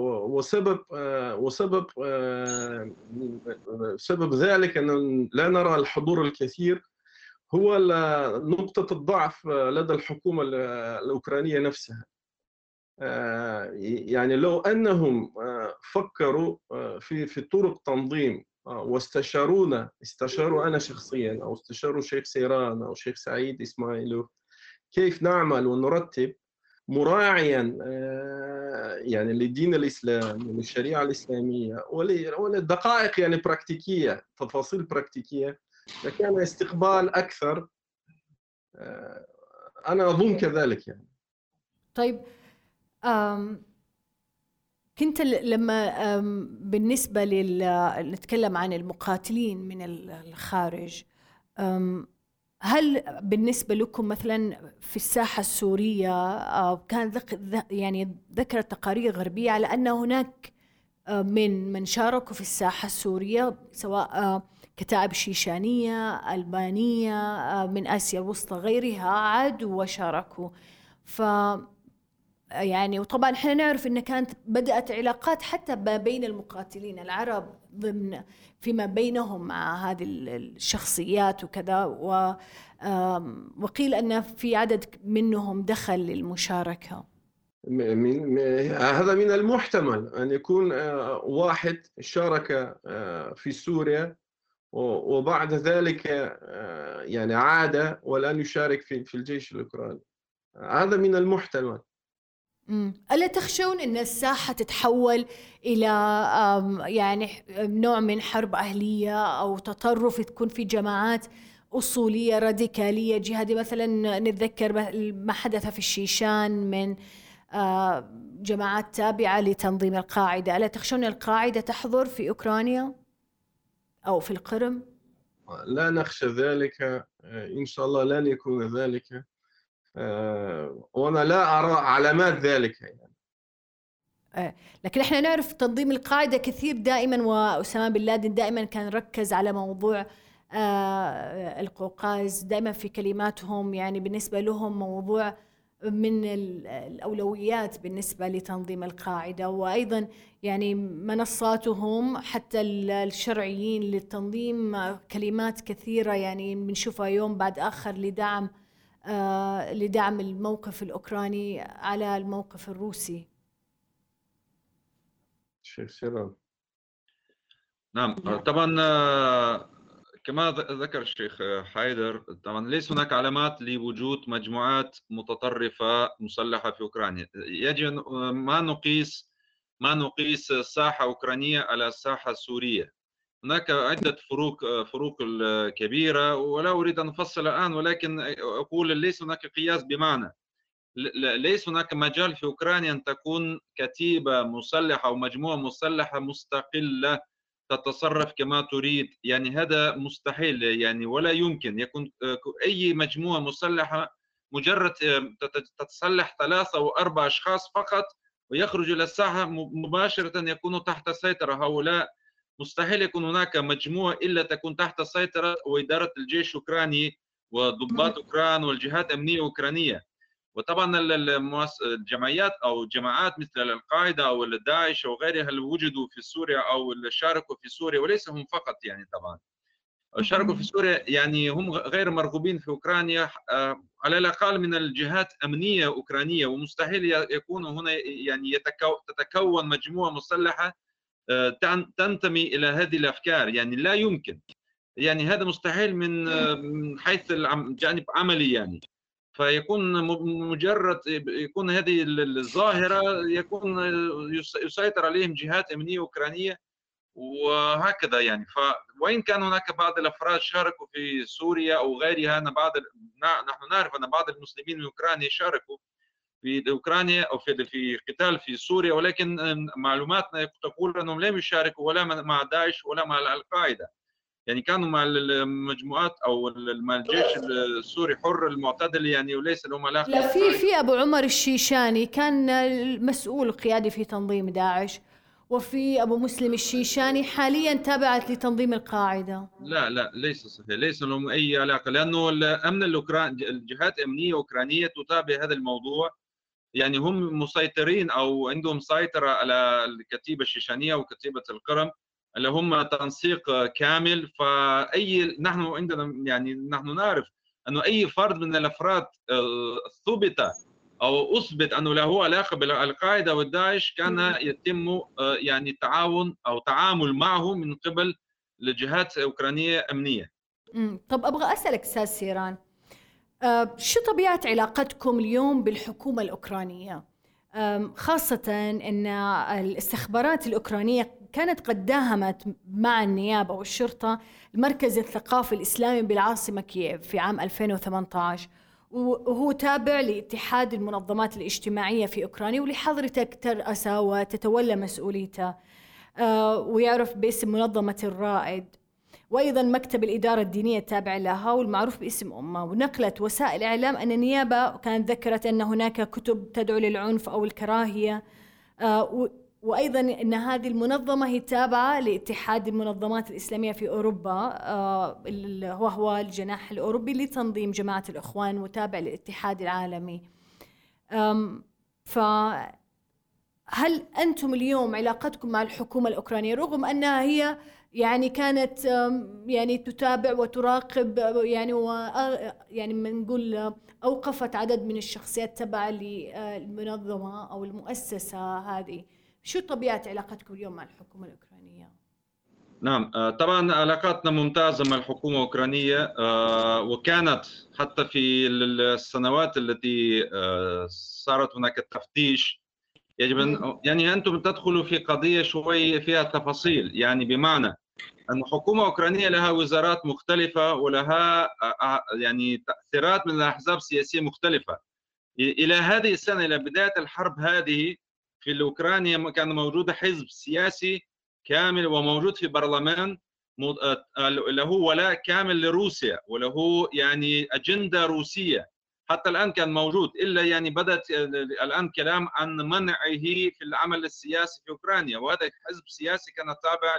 سبب ذلك أن لا نرى الحضور الكثير هو نقطة الضعف لدى الحكومة الأوكرانية نفسها. يعني لو أنهم فكروا في طرق تنظيم استشاروا أنا شخصيا، أو استشاروا شيخ سيران أو شيخ سعيد إسماعيلوف كيف نعمل ونرتب مراعيا يعني للدين الإسلام وللشريعة الإسلامية وللدقائق يعني براكتيكية، تفاصيل براكتيكية، لكان استقبال أكثر. أنا أظن كذلك يعني. طيب كنت لما بالنسبة نتكلم عن المقاتلين من الخارج، هل بالنسبة لكم مثلا في الساحة السورية كان يعني ذكرت تقارير غربية على أن هناك من شاركوا في الساحة السورية سواء كتائب شيشانية ألبانية من آسيا الوسطى غيرها عادوا وشاركوا. يعني وطبعا احنا نعرف ان كانت بدأت علاقات حتى ما بين المقاتلين العرب فيما بينهم مع هذه الشخصيات وكذا، وقيل ان في عدد منهم دخل للمشاركة. هذا من المحتمل أن يكون واحد شارك في سوريا وبعد ذلك يعني عاد ولن يشارك في الجيش الأوكراني. هذا من المحتمل. ألا تخشون أن الساحة تتحول إلى يعني نوع من حرب أهلية أو تطرف، تكون في جماعات أصولية راديكالية جهادية؟ مثلا نتذكر ما حدث في الشيشان من جماعات تابعة لتنظيم القاعدة. ألا تخشون القاعدة تحضر في أوكرانيا أو في القرم؟ لا نخشى ذلك، إن شاء الله لن يكون ذلك، وأنا لا أرى علامات ذلك يعني. لكن احنا نعرف تنظيم القاعدة كثير دائما، وأسامة بن لادن دائما كان ركز على موضوع القوقاز دائما في كلماتهم، يعني بالنسبة لهم موضوع من الأولويات بالنسبة لتنظيم القاعدة، وأيضا يعني منصاتهم حتى الشرعيين للتنظيم كلمات كثيرة يعني بنشوفها يوم بعد آخر لدعم الموقف الأوكراني على الموقف الروسي. شيخ سيران. نعم طبعا كما ذكر الشيخ حيدر، طبعا ليس هناك علامات لوجود مجموعات متطرفة مسلحة في أوكرانيا. يجب ما نقيس الساحة الأوكرانية على الساحة السورية. هناك عدة فروق كبيرة، ولا أريد أن أفصل الآن، ولكن أقول ليس هناك قياس، بمعنى ليس هناك مجال في أوكرانيا أن تكون كتيبة مسلحة أو مجموعة مسلحة مستقلة تتصرف كما تريد، يعني هذا مستحيل يعني، ولا يمكن يكون أي مجموعة مسلحة مجرد تتسلح 3 أو 4 أشخاص فقط ويخرج إلى الساحة مباشرة يكونوا تحت سيطرة هؤلاء. مستحيل يكون هناك مجموعة إلا تكون تحت سيطرة وإدارة الجيش الأوكراني وضباط أوكران والجهات الأمنية الأوكرانية. وطبعا الجمعيات أو جماعات مثل القاعدة أو الداعش أو غيرها اللي وجدوا في سوريا أو اللي شاركوا في سوريا، وليس هم فقط يعني، طبعا شاركوا في سوريا، يعني هم غير مرغوبين في أوكرانيا على الأقل من الجهات أمنية أوكرانية، ومستحيل يكون هنا يعني تتكون مجموعة مسلحة تنتمي إلى هذه الأفكار، يعني لا يمكن، يعني هذا مستحيل من حيث الجانب عملي يعني. فيكون مجرد يكون هذه الظاهرة يكون يسيطر عليهم جهات أمنية أوكرانية وهكذا يعني. وإن كان هناك بعض الأفراد شاركوا في سوريا أو غيرها، نحن نعرف أن بعض المسلمين من أوكرانيا شاركوا في أوكرانيا أو في قتال في سوريا، ولكن معلوماتنا تقول أنهم لم يشاركوا ولا مع داعش ولا مع القاعدة، يعني كانوا مع المجموعات أو مع الجيش السوري حر المعتدل يعني، وليس لهم علاقة. لا، في أبو عمر الشيشاني كان المسؤول القيادي في تنظيم داعش، وفي أبو مسلم الشيشاني حاليا تابعة لتنظيم القاعدة. لا ليس صحيح، ليس لهم أي علاقة، لأنه الأمن الأوكراني، الجهات أمنية أوكرانية تتابع هذا الموضوع. يعني هم مسيطرين أو عندهم سيطرة على الكتيبة الشيشانية وكتيبة القرم، اللي هم تنسيق كامل. نحن عندنا، يعني نحن نعرف أنه أي فرد من الأفراد ثبت أو أثبت أنه له علاقة بالقاعدة والداعش كان يتم يعني تعاون أو تعامل معه من قبل الجهات أوكرانية أمنية. طب أبغى أسألك أستاذ سيران، شو طبيعة علاقتكم اليوم بالحكومة الأوكرانية؟ خاصة أن الاستخبارات الأوكرانية كانت قد داهمت مع النيابة والشرطة المركز الثقافي الإسلامي بالعاصمة كييف في عام 2018، وهو تابع لاتحاد المنظمات الاجتماعية في أوكرانيا، واللي حضرتك ترأسه وتتولى مسؤوليته، ويعرف باسم منظمة الرائد، وأيضا مكتب الإدارة الدينية التابع لها والمعروف باسم أمة. ونقلت وسائل الإعلام أن النيابة كانت ذكرت أن هناك كتب تدعو للعنف أو الكراهية، وأيضا أن هذه المنظمة هي تابعة لاتحاد المنظمات الإسلامية في أوروبا، وهو الجناح الأوروبي لتنظيم جماعة الإخوان وتابع للاتحاد العالمي. فهل أنتم اليوم علاقتكم مع الحكومة الأوكرانية رغم أنها هي يعني كانت يعني تتابع وتراقب يعني يعني نقول أوقفت عدد من الشخصيات تبع للمنظمة أو المؤسسة هذه، شو طبيعة علاقتكم اليوم مع الحكومة الأوكرانية؟ نعم، طبعا علاقاتنا ممتازة مع الحكومة الأوكرانية، وكانت حتى في السنوات التي صارت هناك التفتيش. يجب أن يعني أنتم تدخلوا في قضية شوي فيها تفاصيل، يعني بمعنى أن الحكومة الأوكرانية لها وزارات مختلفة ولها يعني تأثيرات من الأحزاب السياسية مختلفة. إلى هذه السنة، إلى بداية الحرب هذه في أوكرانيا، كان موجود حزب سياسي كامل وموجود في برلمان له ولاء كامل لروسيا وله يعني أجندة روسية. حتى الآن كان موجود، إلا يعني بدأت الآن كلام عن منعه في العمل السياسي في أوكرانيا، وهذا حزب سياسي كان تابع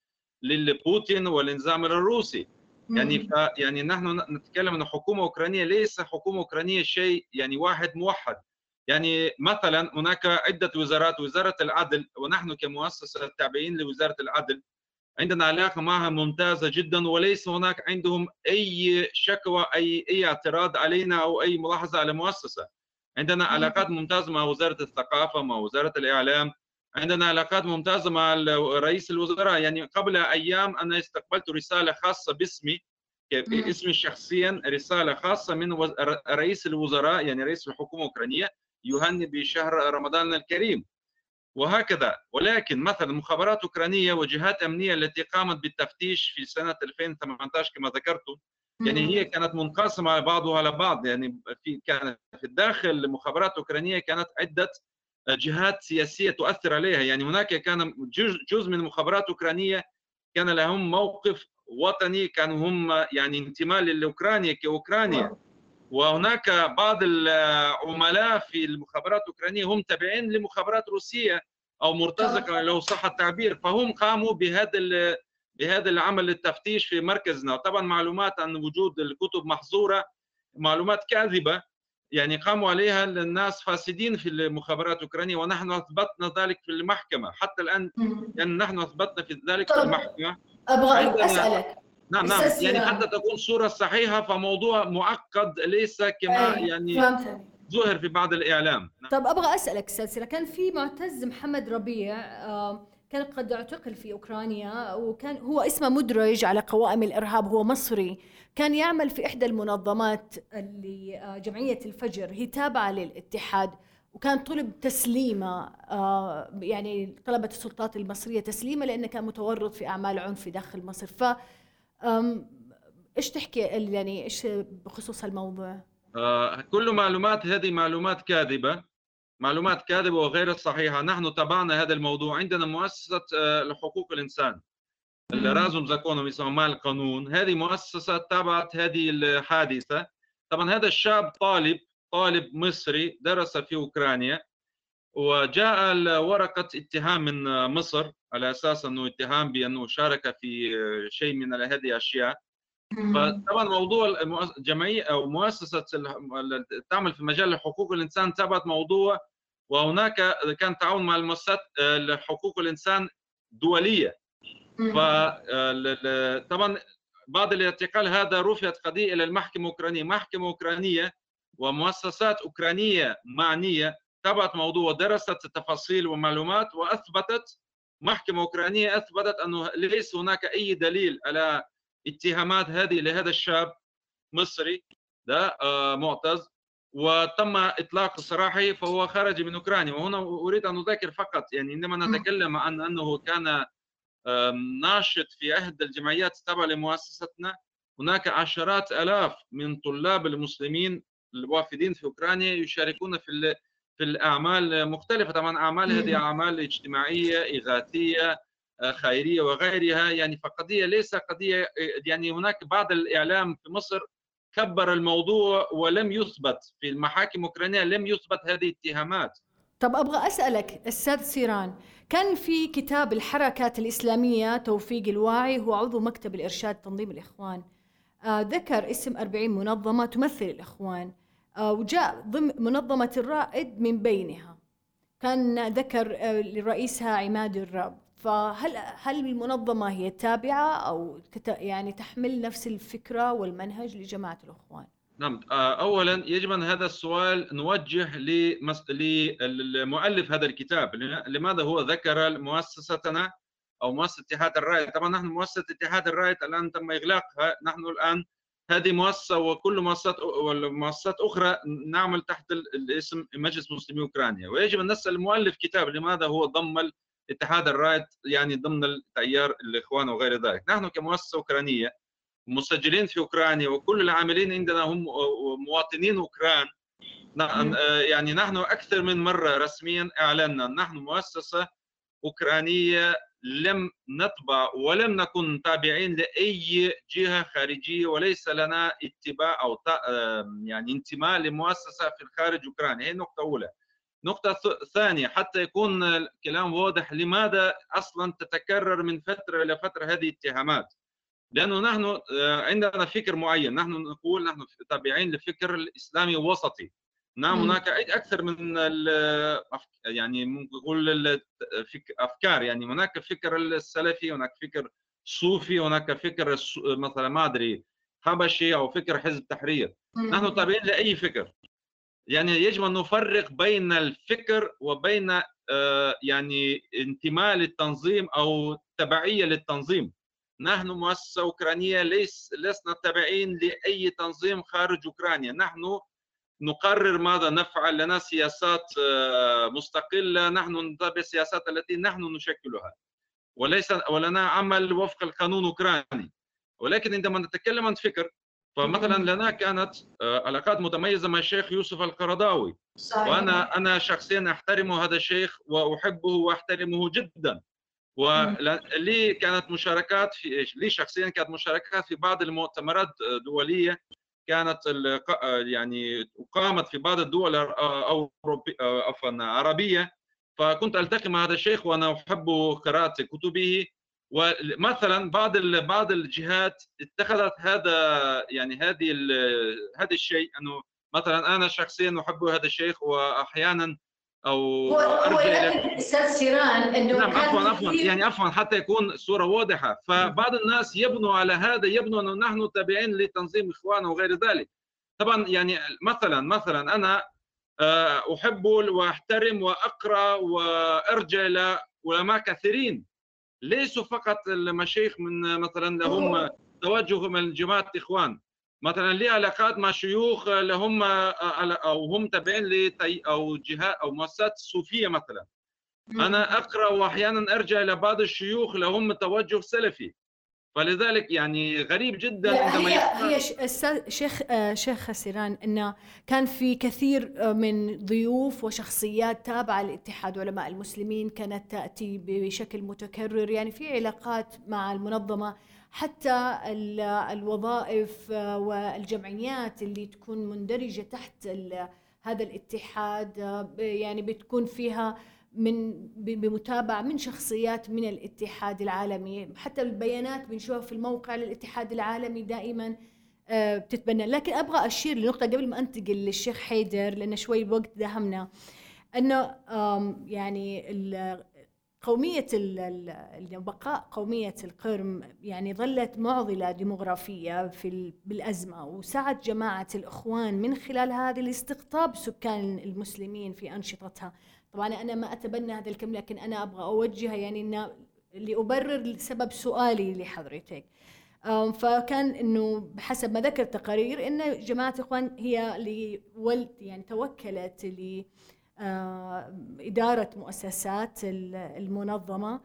لبوتين والنظام الروسي. يعني نحن نتكلم أن حكومة أوكرانية ليس حكومة أوكرانية شيء يعني واحد موحد. يعني مثلا هناك عدة وزارات، وزارة العدل، ونحن كمؤسسة تابعين لوزارة العدل عندنا علاقة معها ممتازة جدا، وليس هناك عندهم أي شكوى أي اعتراض علينا أو أي ملاحظة على المؤسسة. عندنا علاقات ممتازة مع وزارة الثقافة، مع وزارة الإعلام، عندنا علاقات ممتازة مع رئيس الوزراء. يعني قبل أيام أنا استقبلت رسالة خاصة باسمي، اسمي شخصيا، رسالة خاصة من رئيس الوزراء، يعني رئيس الحكومة الأوكرانية، يهني بشهر رمضان الكريم وهكذا. ولكن مثلا مخابرات أوكرانية وجهات أمنية التي قامت بالتفتيش في سنة 2018 كما ذكرتم، يعني هي كانت منقسمة على بعضها على بعض. يعني كانت في الداخل المخابرات الأوكرانية كانت عدة جهات سياسية تؤثر عليها. يعني هناك كان جزء من المخابرات الأوكرانية كان لهم موقف وطني، كانوا هم يعني انتماء لأوكرانيا كأوكرانيا، وهناك بعض العملاء في المخابرات الأوكرانية هم تابعين لمخابرات روسية أو مرتزقة لو صح التعبير، فهم قاموا بهذا العمل التفتيش في مركزنا. طبعا معلومات عن وجود الكتب محظورة، معلومات كاذبة يعني قاموا عليها الناس فاسدين في المخابرات الأوكرانية، ونحن أثبتنا ذلك في المحكمة حتى الآن. يعني نحن أثبتنا في ذلك في المحكمة. أبغى أسألك نعم يعني حتى تكون صورة صحيحة، فموضوع معقد ليس كما يعني ظهر في بعض الإعلام. طب أبغى أسألك سلسلة، كان في معتز محمد ربيع كان قد اعتقل في أوكرانيا، وكان هو اسمه مدرج على قوائم الإرهاب، هو مصري، كان يعمل في إحدى المنظمات اللي جمعية الفجر، هي تابعة للاتحاد، وكان طلب تسليمه، يعني طلبت السلطات المصرية تسليمه لأنه كان متورط في أعمال عنف داخل مصر. ف إيش تحكي يعني إيش بخصوص الموضوع؟ كل معلومات هذه معلومات كاذبة، معلومات كاذبة وغير صحيحة. نحن تابعنا هذا الموضوع، عندنا مؤسسة لحقوق الإنسان اللي رازم زاكونهم يسمى مال القانون، هذه مؤسسة تابعت هذه الحادثة. طبعا هذا الشاب طالب مصري درس في أوكرانيا، وجاء ورقة اتهام من مصر على أساس أنه اتهام بأنه شارك في شيء من هذه الأشياء. فطبعا موضوع جمعية أو مؤسسة تعمل في مجال حقوق الإنسان تابعت موضوع، وهناك كان تعاون مع المؤسسات لحقوق الإنسان دولية. فطبعا بعد الاعتقال هذا رفعت قضية إلى المحكمة الأوكرانية. محكمة أوكرانية ومؤسسات أوكرانية معنية تابعت موضوع ودرست التفاصيل ومعلومات، وأثبتت محكمة أوكرانية أثبتت أنه ليس هناك أي دليل على اتهامات هذه لهذا الشاب مصري ده معتز، وتم إطلاق سراحه فهو خرج من أوكرانيا. وهنا أريد أن أذكر فقط يعني عندما نتكلم عن أنه كان ناشط في أحد الجمعيات التابعة لمؤسستنا، هناك عشرات آلاف من طلاب المسلمين الوافدين في أوكرانيا يشاركون في الأعمال مختلفة. طبعا أعمال هذه أعمال اجتماعية إغاثية خيرية وغيرها. يعني فقضية ليس قضية، يعني هناك بعض الإعلام في مصر كبر الموضوع ولم يثبت في المحاكم الأوكرانية، لم يثبت هذه الاتهامات. طب أبغى أسألك أستاذ سيران، كان في كتاب الحركات الإسلامية توفيق الواعي، هو عضو مكتب الإرشاد تنظيم الإخوان، ذكر اسم 40 منظمة تمثل الإخوان، وجاء ضمن منظمة الرائد من بينها، كان ذكر لرئيسها عماد الرب. فهل المنظمة هي تابعة أو يعني تحمل نفس الفكرة والمنهج لجماعة الإخوان؟ نعم، أولا يجب أن هذا السؤال نوجه للمؤلف هذا الكتاب، لماذا هو ذكر مؤسستنا أو مؤسسة اتحاد الرائد. طبعا نحن مؤسسة اتحاد الرائد الآن تم إغلاقها، نحن الآن هذه مؤسسة وكل مؤسسات أخرى نعمل تحت الاسم مجلس مسلمي أوكرانيا. ويجب أن نسأل المؤلف كتاب لماذا هو ضم اتحاد الرائد يعني ضمن التيار الإخوان وغير ذلك. نحن كمؤسسة أوكرانية مسجلين في أوكرانيا وكل العاملين عندنا هم مواطنين أوكران. يعني نحن أكثر من مرة رسميا أعلنا نحن مؤسسة أوكرانية، لم نتبع ولم نكن تابعين لأي جهة خارجية، وليس لنا اتباع أو يعني انتماء لمؤسسة في الخارج أوكرانيا. هي نقطة أولى. نقطة ثانية، حتى يكون الكلام واضح، لماذا أصلا تتكرر من فترة إلى فترة هذه الاتهامات؟ لأنه نحن عندنا فكر معين، نحن نقول نحن تابعين لفكر الإسلامي وسطي. نعم، هناك أكثر من يعني نقول أفكار، يعني هناك فكر السلفي، هناك فكر صوفي، هناك فكر مثلا ما أدري حبشي أو فكر حزب التحرير. نحن تابعين لأي فكر. يعني يجب أن نفرق بين الفكر وبين يعني انتماء للتنظيم أو تبعية للتنظيم. نحن مؤسسة أوكرانية لسنا تابعين لأي تنظيم خارج أوكرانيا. نحن نقرر ماذا نفعل، لنا سياسات مستقلة، نحن نتبع السياسات التي نحن نشكلها، ولنا عمل وفق القانون الأوكراني. ولكن عندما نتكلم عن فكر، فمثلا لنا كانت علاقات متميزة مع الشيخ يوسف القرضاوي، وأنا شخصيا أحترم هذا الشيخ وأحبه وأحترمه جدا. ولي كانت مشاركات لي شخصيا كانت مشاركات في بعض المؤتمرات الدولية كانت يعني أقامت في بعض الدول العربية، فكنت ألتقي مع هذا الشيخ وأنا أحب قراءة كتبه. ومثلا بعض الجهات اتخذت هذا يعني هذا الشيء، انه مثلا انا شخصيا احب هذا الشيخ واحيانا او ارجع الى استاذ سيران انه نعم عفوا حتى يكون الصوره واضحه. فبعض الناس يبنوا على هذا، يبنوا انه نحن تابعين لتنظيم اخوان وغير ذلك. طبعا يعني مثلا انا احب واحترم واقرا وارجع الى علماء كثيرين، ليسوا فقط المشايخ من مثلا لهم توجه من جماعة إخوان، مثلا لي علاقات مع شيوخ لهم أو هم تابعين أو جهات أو مؤسسات صوفية مثلا. أنا أقرأ وأحيانا أرجع إلى بعض الشيوخ لهم توجه سلفي. فلذلك يعني غريب جدا عندما هي شيخ سيران انه كان في كثير من ضيوف وشخصيات تابعه لاتحاد علماء المسلمين كانت تاتي بشكل متكرر، يعني في علاقات مع المنظمه، حتى الوظائف والجمعيات اللي تكون مندرجه تحت هذا الاتحاد يعني بتكون فيها بمتابعة من شخصيات من الاتحاد العالمي، حتى البيانات بنشوفها في الموقع للاتحاد العالمي دائما بتتبنى. لكن أبغى أشير لنقطة قبل ما أنتقل للشيخ حيدر، لأن شوي الوقت داهمنا، أنه يعني قومية بقاء قومية القرم يعني ظلت معضلة ديموغرافية بالأزمة، وسعت جماعة الإخوان من خلال هذه لاستقطاب سكان المسلمين في أنشطتها. طبعا أنا ما أتبنى هذا الكلام، لكن أنا أبغى أوجهها يعني لأبرر سبب سؤالي لحضرتك. فكان إنه بحسب ما ذكر تقارير إن جماعة الإخوان هي يعني توكلت إدارة مؤسسات المنظمة،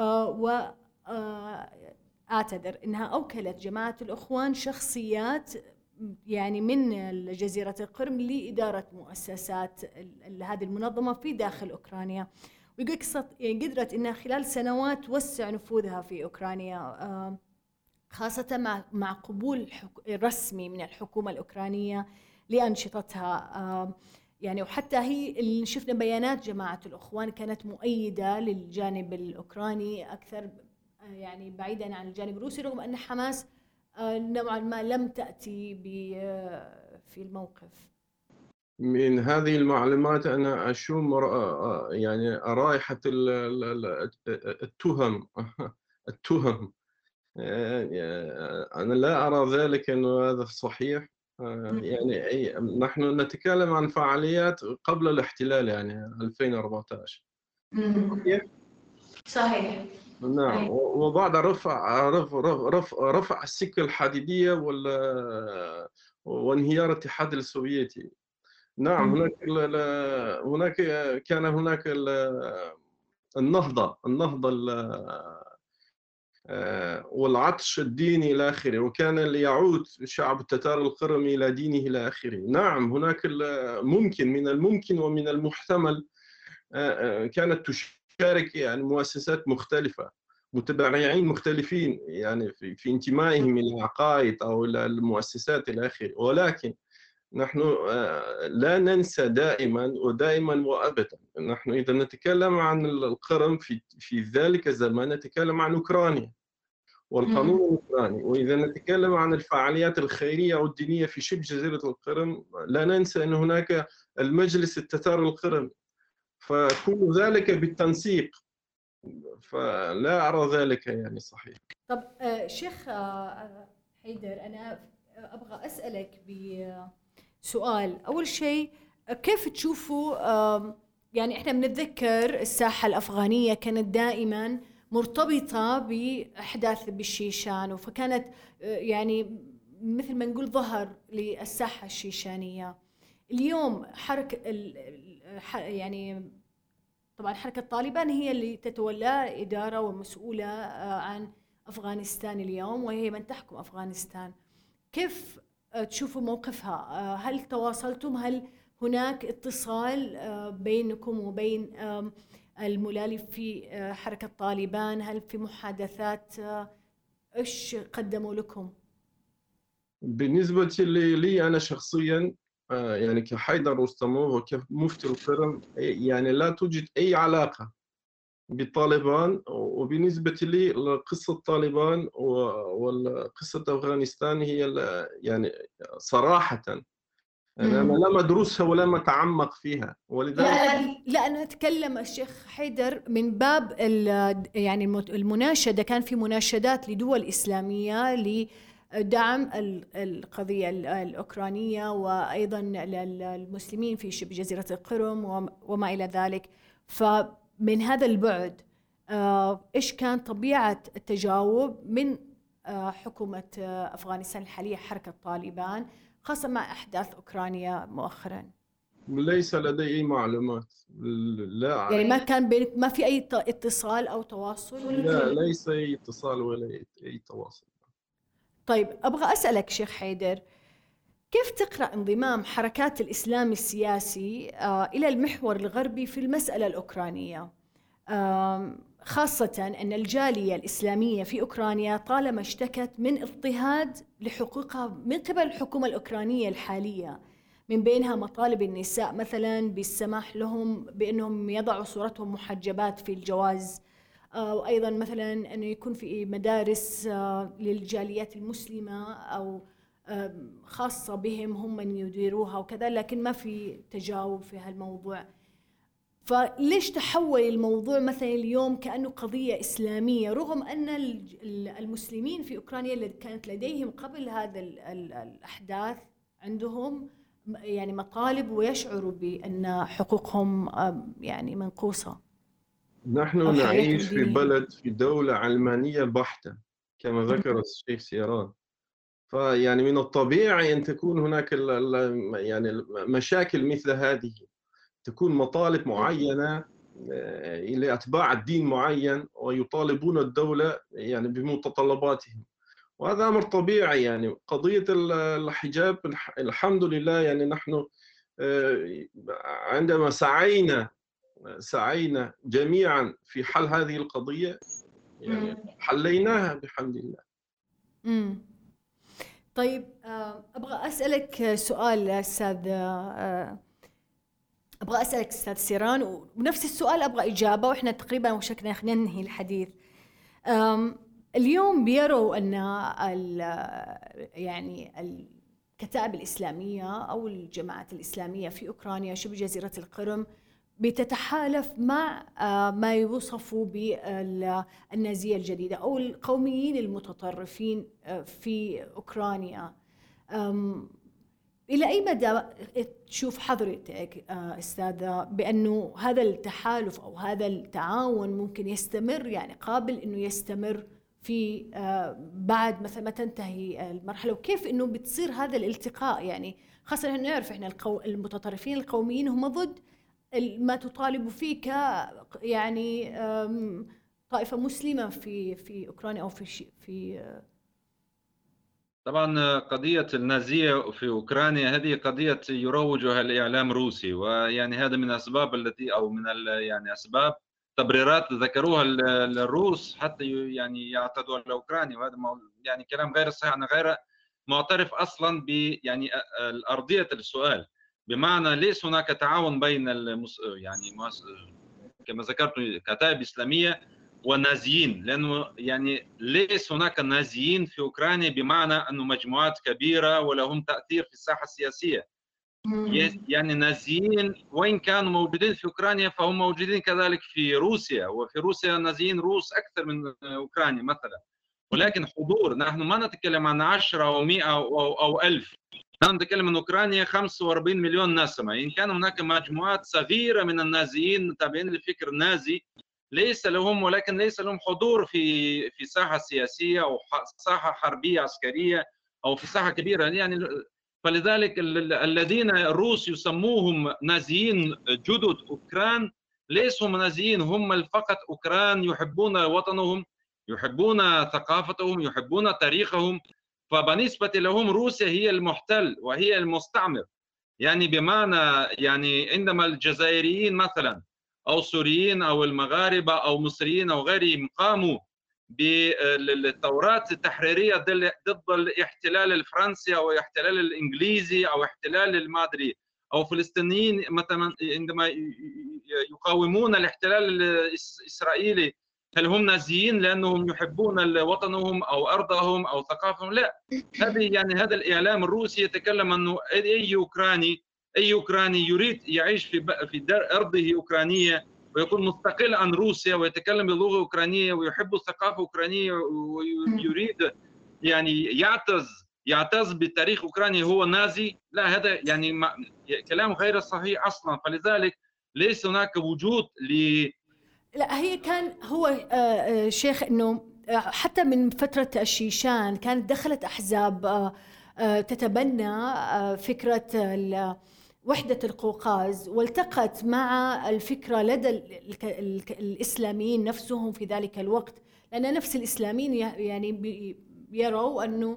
وأعتذر إنها أوكلت جماعة الإخوان شخصيات يعني من جزيرة القرم لإدارة مؤسسات هذه المنظمة في داخل أوكرانيا. ويقول قدرت إنها خلال سنوات توسع نفوذها في أوكرانيا، خاصة مع قبول رسمي من الحكومة الأوكرانية لأنشطتها. يعني وحتى هي اللي شفنا بيانات جماعة الإخوان كانت مؤيدة للجانب الأوكراني أكثر، يعني بعيدا عن الجانب الروسي، رغم أن حماس نوعا ما لم تأتي في الموقف. من هذه المعلومات أنا أشم يعني رائحة التهم. أنا لا أرى ذلك أنه هذا صحيح. يعني نحن نتكلم عن فعاليات قبل الاحتلال، يعني 2014. صحيح. نعم. وبعد رفع السكة الحديدية وانهيار الاتحاد السوفيتي. نعم. هناك كان هناك النهضة والعطش الديني إلى آخره، وكان ليعود شعب التتار القرمي إلى دينه إلى آخره. نعم، هناك من الممكن ومن المحتمل كانت تشارك يعني مؤسسات مختلفة، متبرعين مختلفين يعني في انتمائهم إلى العقائد أو إلى المؤسسات إلى آخره. ولكن نحن لا ننسى دائما وأبدا، نحن إذا نتكلم عن القرم في ذلك الزمان نتكلم عن أوكرانيا والقانون الأوكراني. وإذا نتكلم عن الفعاليات الخيرية والدينية في شبه جزيرة القرم لا ننسى أن هناك المجلس التتار القرمي، فكل ذلك بالتنسيق. فلا أرى ذلك يعني صحيح. طب شيخ حيدر، أنا أبغى أسألك بسؤال. أول شيء، كيف تشوفوا يعني إحنا بنتذكر الساحة الأفغانية كانت دائما مرتبطة بأحداث بالشيشان، فكانت يعني مثل ما نقول ظهر للساحة الشيشانية. اليوم يعني طبعا حركة طالبان هي اللي تتولى إدارة ومسؤولة عن أفغانستان اليوم، وهي من تحكم أفغانستان. كيف تشوفوا موقفها؟ هل تواصلتم؟ هل هناك اتصال بينكم وبين الملالي في حركة طالبان؟ هل في محادثات؟ إيش قدموا لكم؟ بالنسبة لي أنا شخصياً يعني كحيدر رستموف وكمفتي القرم، يعني لا توجد أي علاقة بالطالبان. وبالنسبة لي قصة طالبان وقصة أفغانستان هي يعني صراحة أنا لم أدرسها ولم أتعمق فيها، ولذلك لا أنا أتكلم الشيخ حيدر من باب يعني المناشدة. كان في مناشدات لدول إسلامية لدعم القضية الأوكرانية وأيضا للمسلمين في شبه جزيرة القرم وما إلى ذلك. فمن هذا البعد إيش كان طبيعة التجاوب من حكومة أفغانستان الحالية حركة طالبان، خاصة مع أحداث أوكرانيا مؤخراً؟ ليس لدي أي معلومات. لا يعني ما كان بينك، ما في أي اتصال أو تواصل؟ لا، ليس أي اتصال ولا أي تواصل. طيب أبغى أسألك شيخ حيدر، كيف تقرأ انضمام حركات الإسلام السياسي إلى المحور الغربي في المسألة الأوكرانية، خاصة أن الجالية الإسلامية في أوكرانيا طالما اشتكت من اضطهاد لحقوقها من قبل الحكومة الأوكرانية الحالية، من بينها مطالب النساء مثلا بالسماح لهم بأنهم يضعوا صورتهم محجبات في الجواز، وأيضا مثلا أنه يكون في مدارس للجاليات المسلمة أو خاصة بهم هم من يديروها وكذا، لكن ما في تجاوب في هالموضوع. فليش تحول الموضوع مثلا اليوم كأنه قضية إسلامية، رغم أن المسلمين في أوكرانيا اللي كانت لديهم قبل هذا الأحداث عندهم يعني مطالب ويشعروا بأن حقوقهم يعني منقوصة؟ نحن نعيش في بلد، في دولة علمانية بحتة كما ذكر الشيخ سيران. فيعني من الطبيعي أن تكون هناك يعني مشاكل مثل هذه، تكون مطالب معينة لأتباع الدين معين ويطالبون الدولة يعني بمتطلباتهم، وهذا أمر طبيعي. يعني قضية الحجاب الحمد لله، يعني نحن عندما سعينا جميعا في حل هذه القضية يعني حليناها بحمد الله. طيب أبغى أسألك سؤال أستاذ، أبغى أسألك أستاذ سيران، ونفس السؤال أبغى إجابة، وإحنا تقريبا وشكنا ننهي الحديث. اليوم بيروا أن يعني الكتائب الإسلامية أو الجماعات الإسلامية في أوكرانيا شبه جزيرة القرم بتتحالف مع ما يوصفوا بالنازية الجديدة أو القوميين المتطرفين في أوكرانيا. إلى أي مدى تشوف حضرتك أستاذة بأنه هذا التحالف أو هذا التعاون ممكن يستمر، يعني قابل أنه يستمر في بعد مثلا ما تنتهي المرحلة، وكيف أنه بتصير هذا الالتقاء؟ يعني خاصة أنه نعرف إحنا المتطرفين القوميين هم ضد ما تطالب فيه ك يعني طائفة مسلمة في أوكرانيا أو في طبعا قضية النازية في أوكرانيا هذه قضية يروجها الإعلام الروسي، ويعني هذا من الأسباب التي أو من يعني أسباب تبريرات ذكروها الروس حتى يعني يعتدوا على أوكرانيا، وهذا يعني كلام غير صحيح. أنا غير معترف أصلا ب يعني أرضية السؤال، بمعنى ليس هناك تعاون بين يعني كما ذكرت كتائب إسلامية ونازيين، لأنه يعني ليس هناك نازيين في أوكرانيا بمعنى أنه مجموعات كبيرة ولهم تأثير في الساحة السياسية. يعني نازيين وإن كانوا موجودين في أوكرانيا فهم موجودين كذلك في روسيا، وفي روسيا نازيين روس أكثر من أوكرانيا مثلا، ولكن حضور، نحن ما نتكلم عن 10 أو 100 أو 1000، نحن نتكلم عن أوكرانيا 45 مليون نسمة. إن كان هناك مجموعات صغيرة من النازيين تابعين للفكر النازي ليس لهم، ولكن ليس لهم حضور في ساحة سياسية أو ساحة حربية عسكرية أو في ساحة كبيرة يعني. فلذلك الذين الروس يسموهم نازيين جدد أوكران ليسوا نازيين، هم فقط أوكران يحبون وطنهم، يحبون ثقافتهم، يحبون تاريخهم. فبالنسبة لهم روسيا هي المحتل وهي المستعمر، يعني بمعنى يعني عندما الجزائريين مثلا أو السوريين أو المغاربة أو مصريين أو غيرهم قاموا بالثورات التحريرية ضد الاحتلال الفرنسي أو الاحتلال الإنجليزي أو احتلال المادري أو فلسطينيين مثلا عندما يقاومون الاحتلال الإسرائيلي، هل هم نازيين لأنهم يحبون وطنهم أو أرضهم أو ثقافتهم؟ لا. هذا الإعلام الروسي يتكلم أنه أي أوكراني يريد يعيش في أرضه أوكرانية ويكون مستقل عن روسيا ويتكلم بلغة أوكرانية ويحب الثقافة الأوكرانية ويريد يعني يعتز بتاريخ أوكرانيا هو نازي؟ لا، هذا يعني كلام غير صحيح أصلا. فلذلك ليس هناك وجود لا، هي كان هو شيخ أنه حتى من فترة الشيشان كانت دخلت أحزاب تتبنى فكرة وحدة القوقاز، والتقت مع الفكرة لدى الإسلاميين نفسهم في ذلك الوقت، لأن نفس الإسلاميين يعني يروا أنه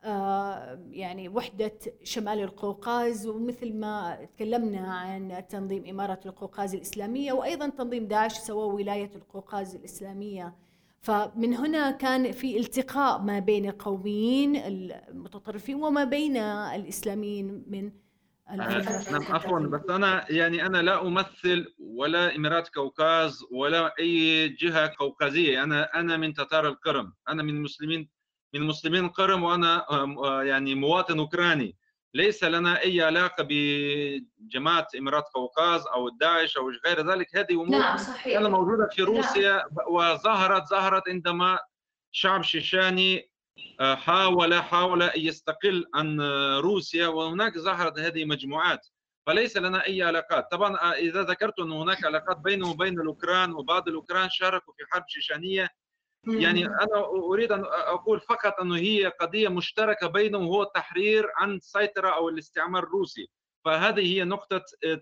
يعني وحدة شمال القوقاز، ومثل ما تكلمنا عن تنظيم إمارة القوقاز الإسلامية وأيضا تنظيم داعش سووا ولاية القوقاز الإسلامية. فمن هنا كان في التقاء ما بين القوميين المتطرفين وما بين الإسلاميين من نعم عفوا، بس أنا لا أمثل ولا إمارات قوقاز ولا أي جهة قوقازية. أنا من تتار القرم، أنا من مسلمين القرم، وأنا يعني مواطن أوكراني. ليس لنا أي علاقة بجماعة إمارات قوقاز أو الداعش أو غير ذلك. هذه أمور كانت موجودة في روسيا وظهرت عندما شعب شيشاني حاول أن يستقل عن روسيا، وهناك ظهرت هذه مجموعات. فليس لنا أي علاقات. طبعا إذا ذكرت أن هناك علاقات بينه وبين الأوكران، وبعض الأوكران شاركوا في حرب شيشانية، يعني أنا أريد أن أقول فقط أنه هي قضية مشتركة بينهم، وهو التحرير عن السيطرة أو الاستعمار الروسي. فهذه هي نقطة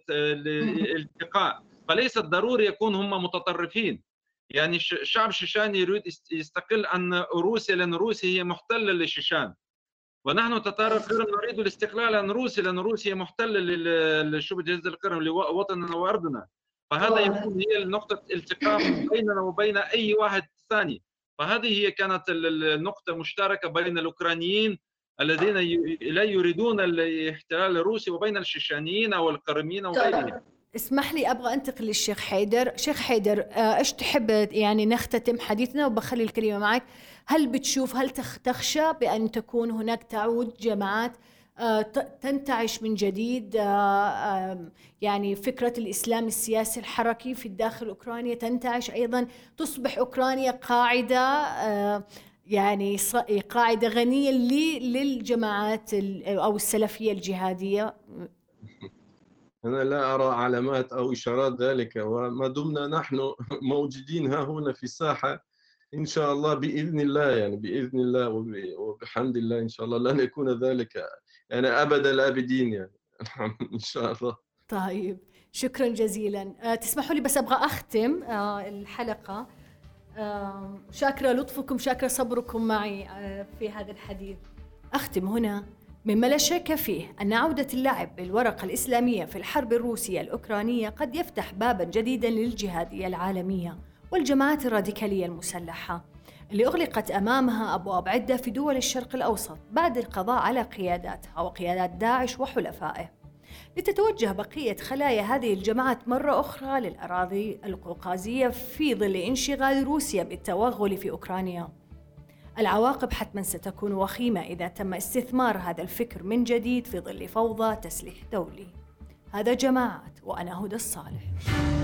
الالتقاء. فليس ضروري يكون هم متطرفين. يعني الشعب الشيشاني يريد يستقل عن روسيا، لأن روسيا هي محتلة للشيشان، ونحن تتار القرم نريد الاستقلال عن روسيا، لأن روسيا محتلة لشبه جزيرة القرم لوطننا وأرضنا. فهذا يكون هي نقطة التقاء بيننا وبين أي واحد ثاني. فهذه هي كانت النقطة مشتركة بين الأوكرانيين الذين لا يريدون الاحتلال الروسي، وبين الشيشانيين أو القرميين وغيرهم. اسمح لي أبغى أنتقل للشيخ حيدر. شيخ حيدر، إيش تحب يعني نختتم حديثنا وبخلي الكلمة معك؟ هل بتشوف، هل تخشى بأن تكون هناك تعود جماعات تنتعش من جديد، يعني فكرة الإسلام السياسي الحركي في الداخل أوكرانيا تنتعش أيضا، تصبح أوكرانيا قاعدة يعني قاعدة غنية للجماعات أو السلفية الجهادية؟ أنا لا أرى علامات أو إشارات ذلك، وما دمنا نحن موجودين ها هنا في الساحة إن شاء الله بإذن الله، يعني بإذن الله وبحمد الله إن شاء الله لن يكون ذلك يعني أبد الآبدين يعني إن شاء الله. طيب شكرا جزيلا. تسمحوا لي بس أبغى أختم الحلقة. شاكرة لطفكم، شاكرة صبركم معي في هذا الحديث. أختم هنا. مما لا شك فيه أن عودة اللعب بالورقة الإسلامية في الحرب الروسية الأوكرانية قد يفتح باباً جديداً للجهادية العالمية والجماعات الراديكالية المسلحة اللي أغلقت أمامها أبواب عدة في دول الشرق الأوسط بعد القضاء على قياداتها وقيادات داعش وحلفائه، لتتوجه بقية خلايا هذه الجماعات مرة أخرى للأراضي القوقازية في ظل انشغال روسيا بالتوغل في أوكرانيا. العواقب حتما ستكون وخيمة إذا تم استثمار هذا الفكر من جديد في ظل فوضى تسليح دولي. هذا جماعات، وأنا هدى الصالح.